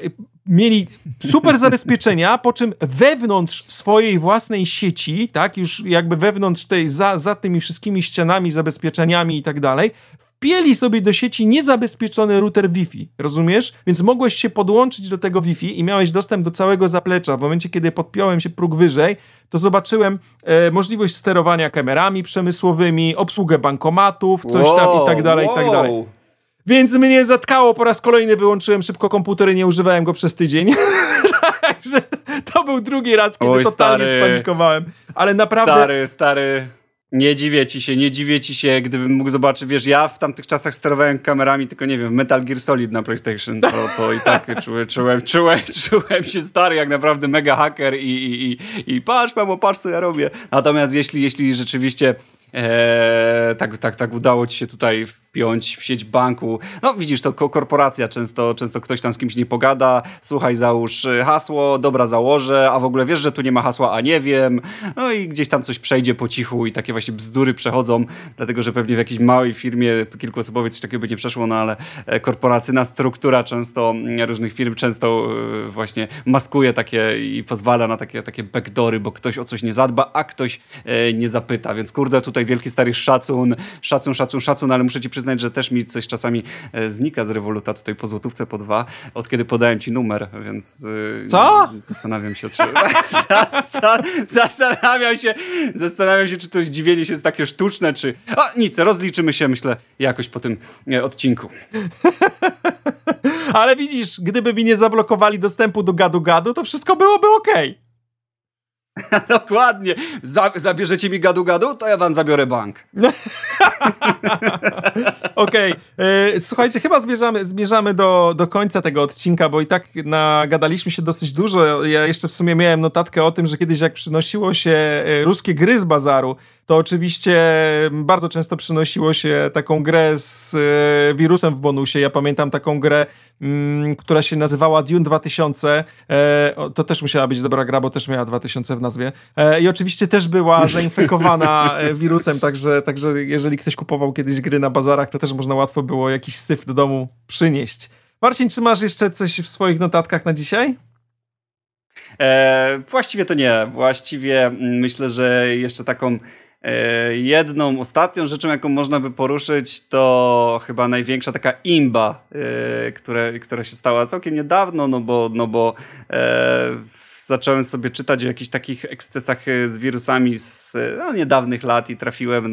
mieli super zabezpieczenia, po czym wewnątrz swojej własnej sieci, tak, już jakby wewnątrz tej, za tymi wszystkimi ścianami, zabezpieczeniami i tak dalej, wpięli sobie do sieci niezabezpieczony router Wi-Fi, rozumiesz? Więc mogłeś się podłączyć do tego Wi-Fi i miałeś dostęp do całego zaplecza. W momencie, kiedy podpiąłem się próg wyżej, to zobaczyłem możliwość sterowania kamerami przemysłowymi, obsługę bankomatów, coś tam i tak dalej, i tak dalej. Więc mnie zatkało, po raz kolejny wyłączyłem szybko komputer i nie używałem go przez tydzień. Także to był drugi raz, kiedy totalnie spanikowałem. Ale naprawdę... Stary... Nie dziwię ci się, gdybym mógł zobaczyć, wiesz, ja w tamtych czasach sterowałem kamerami, tylko nie wiem, Metal Gear Solid na PlayStation, to i tak czułem się stary, jak naprawdę mega haker i patrz, mamo, patrz co ja robię. Natomiast jeśli rzeczywiście tak udało ci się tutaj wpiąć w sieć banku. No widzisz, to korporacja, często ktoś tam z kimś nie pogada, słuchaj, załóż hasło, dobra, założę, a w ogóle wiesz, że tu nie ma hasła, a nie wiem. No i gdzieś tam coś przejdzie po cichu i takie właśnie bzdury przechodzą, dlatego, że pewnie w jakiejś małej firmie kilkuosobowej coś takiego by nie przeszło, no ale korporacyjna struktura często, różnych firm często właśnie maskuje takie i pozwala na takie backdoory, bo ktoś o coś nie zadba, a ktoś nie zapyta, więc kurde, tutaj wielki stary szacun, ale muszę ci przyznać, że też mi coś czasami znika z Revoluta tutaj po złotówce, po 2, od kiedy podałem ci numer, więc... Co? Zastanawiam się, zastanawiam się, czy to zdziwienie się jest takie sztuczne, czy... A nic, rozliczymy się, myślę, jakoś po tym odcinku. Ale widzisz, gdyby mi nie zablokowali dostępu do gadu-gadu, to wszystko byłoby okej. Dokładnie. Zabierzecie mi gadu-gadu, to ja wam zabiorę bank. Okej. Słuchajcie, chyba zmierzamy do końca tego odcinka, bo i tak nagadaliśmy się dosyć dużo. Ja jeszcze w sumie miałem notatkę o tym, że kiedyś jak przynosiło się ruskie gry z bazaru, to oczywiście bardzo często przynosiło się taką grę z wirusem w bonusie. Ja pamiętam taką grę, która się nazywała Dune 2000. To też musiała być dobra gra, bo też miała 2000 w nazwie. I oczywiście też była zainfekowana wirusem, także jeżeli ktoś kupował kiedyś gry na bazarach, to też można łatwo było jakiś syf do domu przynieść. Marcin, czy masz jeszcze coś w swoich notatkach na dzisiaj? Właściwie to nie. Właściwie myślę, że jeszcze taką jedną, ostatnią rzeczą, jaką można by poruszyć, to chyba największa taka imba, która się stała całkiem niedawno, no bo zacząłem sobie czytać o jakichś takich ekscesach z wirusami z niedawnych lat i trafiłem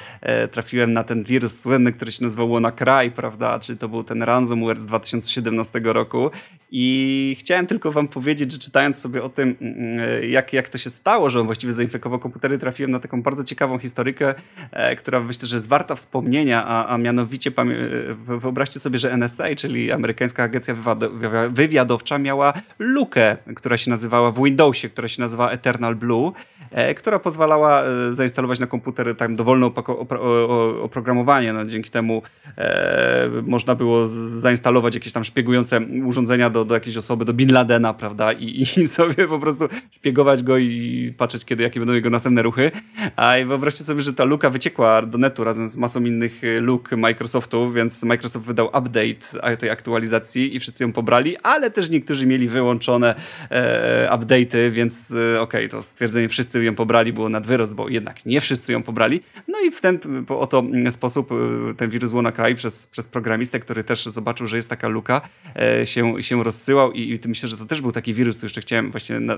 na ten wirus słynny, który się nazywał WannaCry, prawda? Czyli to był ten ransomware z 2017 roku i chciałem tylko wam powiedzieć, że czytając sobie o tym, jak to się stało, że on właściwie zainfekował komputery, trafiłem na taką bardzo ciekawą historykę, która myślę, że jest warta wspomnienia, a mianowicie wyobraźcie sobie, że NSA, czyli amerykańska agencja wywiadowcza, miała lukę, która się nazywała w Windowsie, która się nazywa Eternal Blue, która pozwalała zainstalować na komputer tam dowolne oprogramowanie. No, dzięki temu można było zainstalować jakieś tam szpiegujące urządzenia do jakiejś osoby, do Bin Ladena, prawda? I sobie po prostu szpiegować go i patrzeć, jakie będą jego następne ruchy. I wyobraźcie sobie, że ta luka wyciekła do netu razem z masą innych luk Microsoftu, więc Microsoft wydał update tej aktualizacji i wszyscy ją pobrali, ale też niektórzy mieli wyłączone update'y, więc okej, to stwierdzenie wszyscy ją pobrali było nad wyrost, bo jednak nie wszyscy ją pobrali. No i w ten oto sposób ten wirus WannaCry przez programistę, który też zobaczył, że jest taka luka, się rozsyłał i myślę, że to też był taki wirus, tu jeszcze chciałem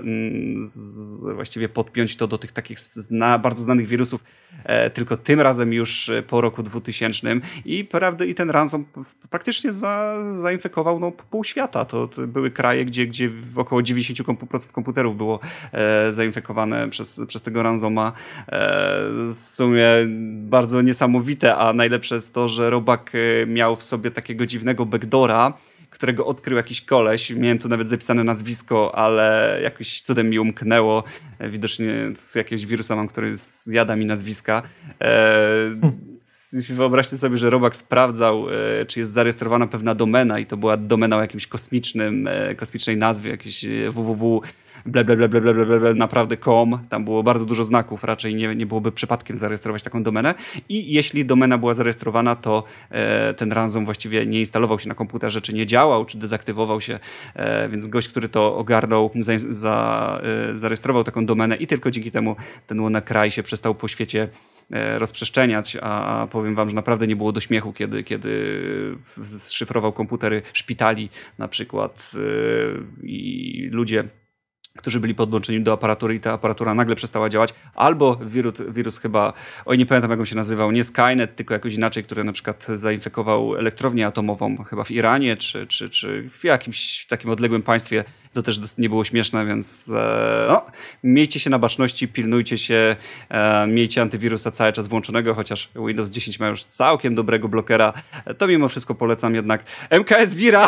właściwie podpiąć to do tych takich bardzo znanych wirusów, tylko tym razem już po roku 2000 i prawda, i ten ransom praktycznie zainfekował pół świata. To były kraje, gdzie około 90% komputerów było zainfekowane przez tego ransoma. W sumie bardzo niesamowite, a najlepsze jest to, że robak miał w sobie takiego dziwnego backdoora, którego odkrył jakiś koleś. Miałem tu nawet zapisane nazwisko, ale jakoś cudem mi umknęło. Widocznie z jakiegoś wirusa mam, który zjada mi nazwiska. wyobraźcie sobie, że Robak sprawdzał, czy jest zarejestrowana pewna domena i to była domena o jakimś kosmicznej nazwie, jakieś www naprawdę.com, tam było bardzo dużo znaków, raczej nie byłoby przypadkiem zarejestrować taką domenę i jeśli domena była zarejestrowana, to ten ransom właściwie nie instalował się na komputerze, czy nie działał, czy dezaktywował się, więc gość, który to ogarnął, zarejestrował taką domenę i tylko dzięki temu ten WannaCry się przestał po świecie rozprzestrzeniać, a powiem wam, że naprawdę nie było do śmiechu, kiedy szyfrował komputery szpitali na przykład i ludzie, którzy byli podłączeni do aparatury i ta aparatura nagle przestała działać, albo wirus chyba, nie pamiętam jak on się nazywał, nie Skynet, tylko jakoś inaczej, który na przykład zainfekował elektrownię atomową chyba w Iranie, czy w jakimś takim odległym państwie. To też nie było śmieszne, więc miejcie się na baczności, pilnujcie się, miejcie antywirusa cały czas włączonego, chociaż Windows 10 ma już całkiem dobrego blokera, to mimo wszystko polecam jednak MKS Vira.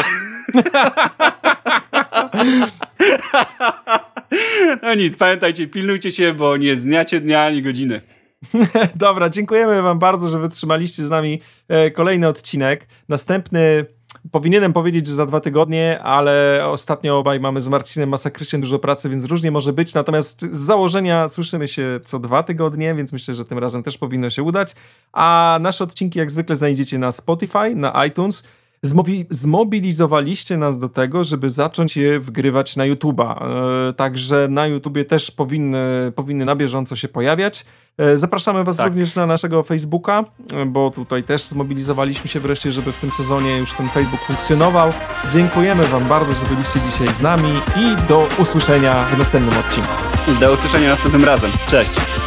No nic, pamiętajcie, pilnujcie się, bo nie zniacie dnia ani godziny. Dobra, dziękujemy wam bardzo, że wytrzymaliście z nami kolejny odcinek. Następny powinienem powiedzieć, że za 2 tygodnie, ale ostatnio obaj mamy z Marcinem masakrycznie dużo pracy, więc różnie może być. Natomiast z założenia słyszymy się co 2 tygodnie, więc myślę, że tym razem też powinno się udać. A nasze odcinki jak zwykle znajdziecie na Spotify, na iTunes. Zmobilizowaliście nas do tego, żeby zacząć je wgrywać na YouTube'a. Także na YouTubie też powinny na bieżąco się pojawiać. Zapraszamy was również na naszego Facebooka, bo tutaj też zmobilizowaliśmy się wreszcie, żeby w tym sezonie już ten Facebook funkcjonował. Dziękujemy wam bardzo, że byliście dzisiaj z nami i do usłyszenia w następnym odcinku. Do usłyszenia następnym razem. Cześć!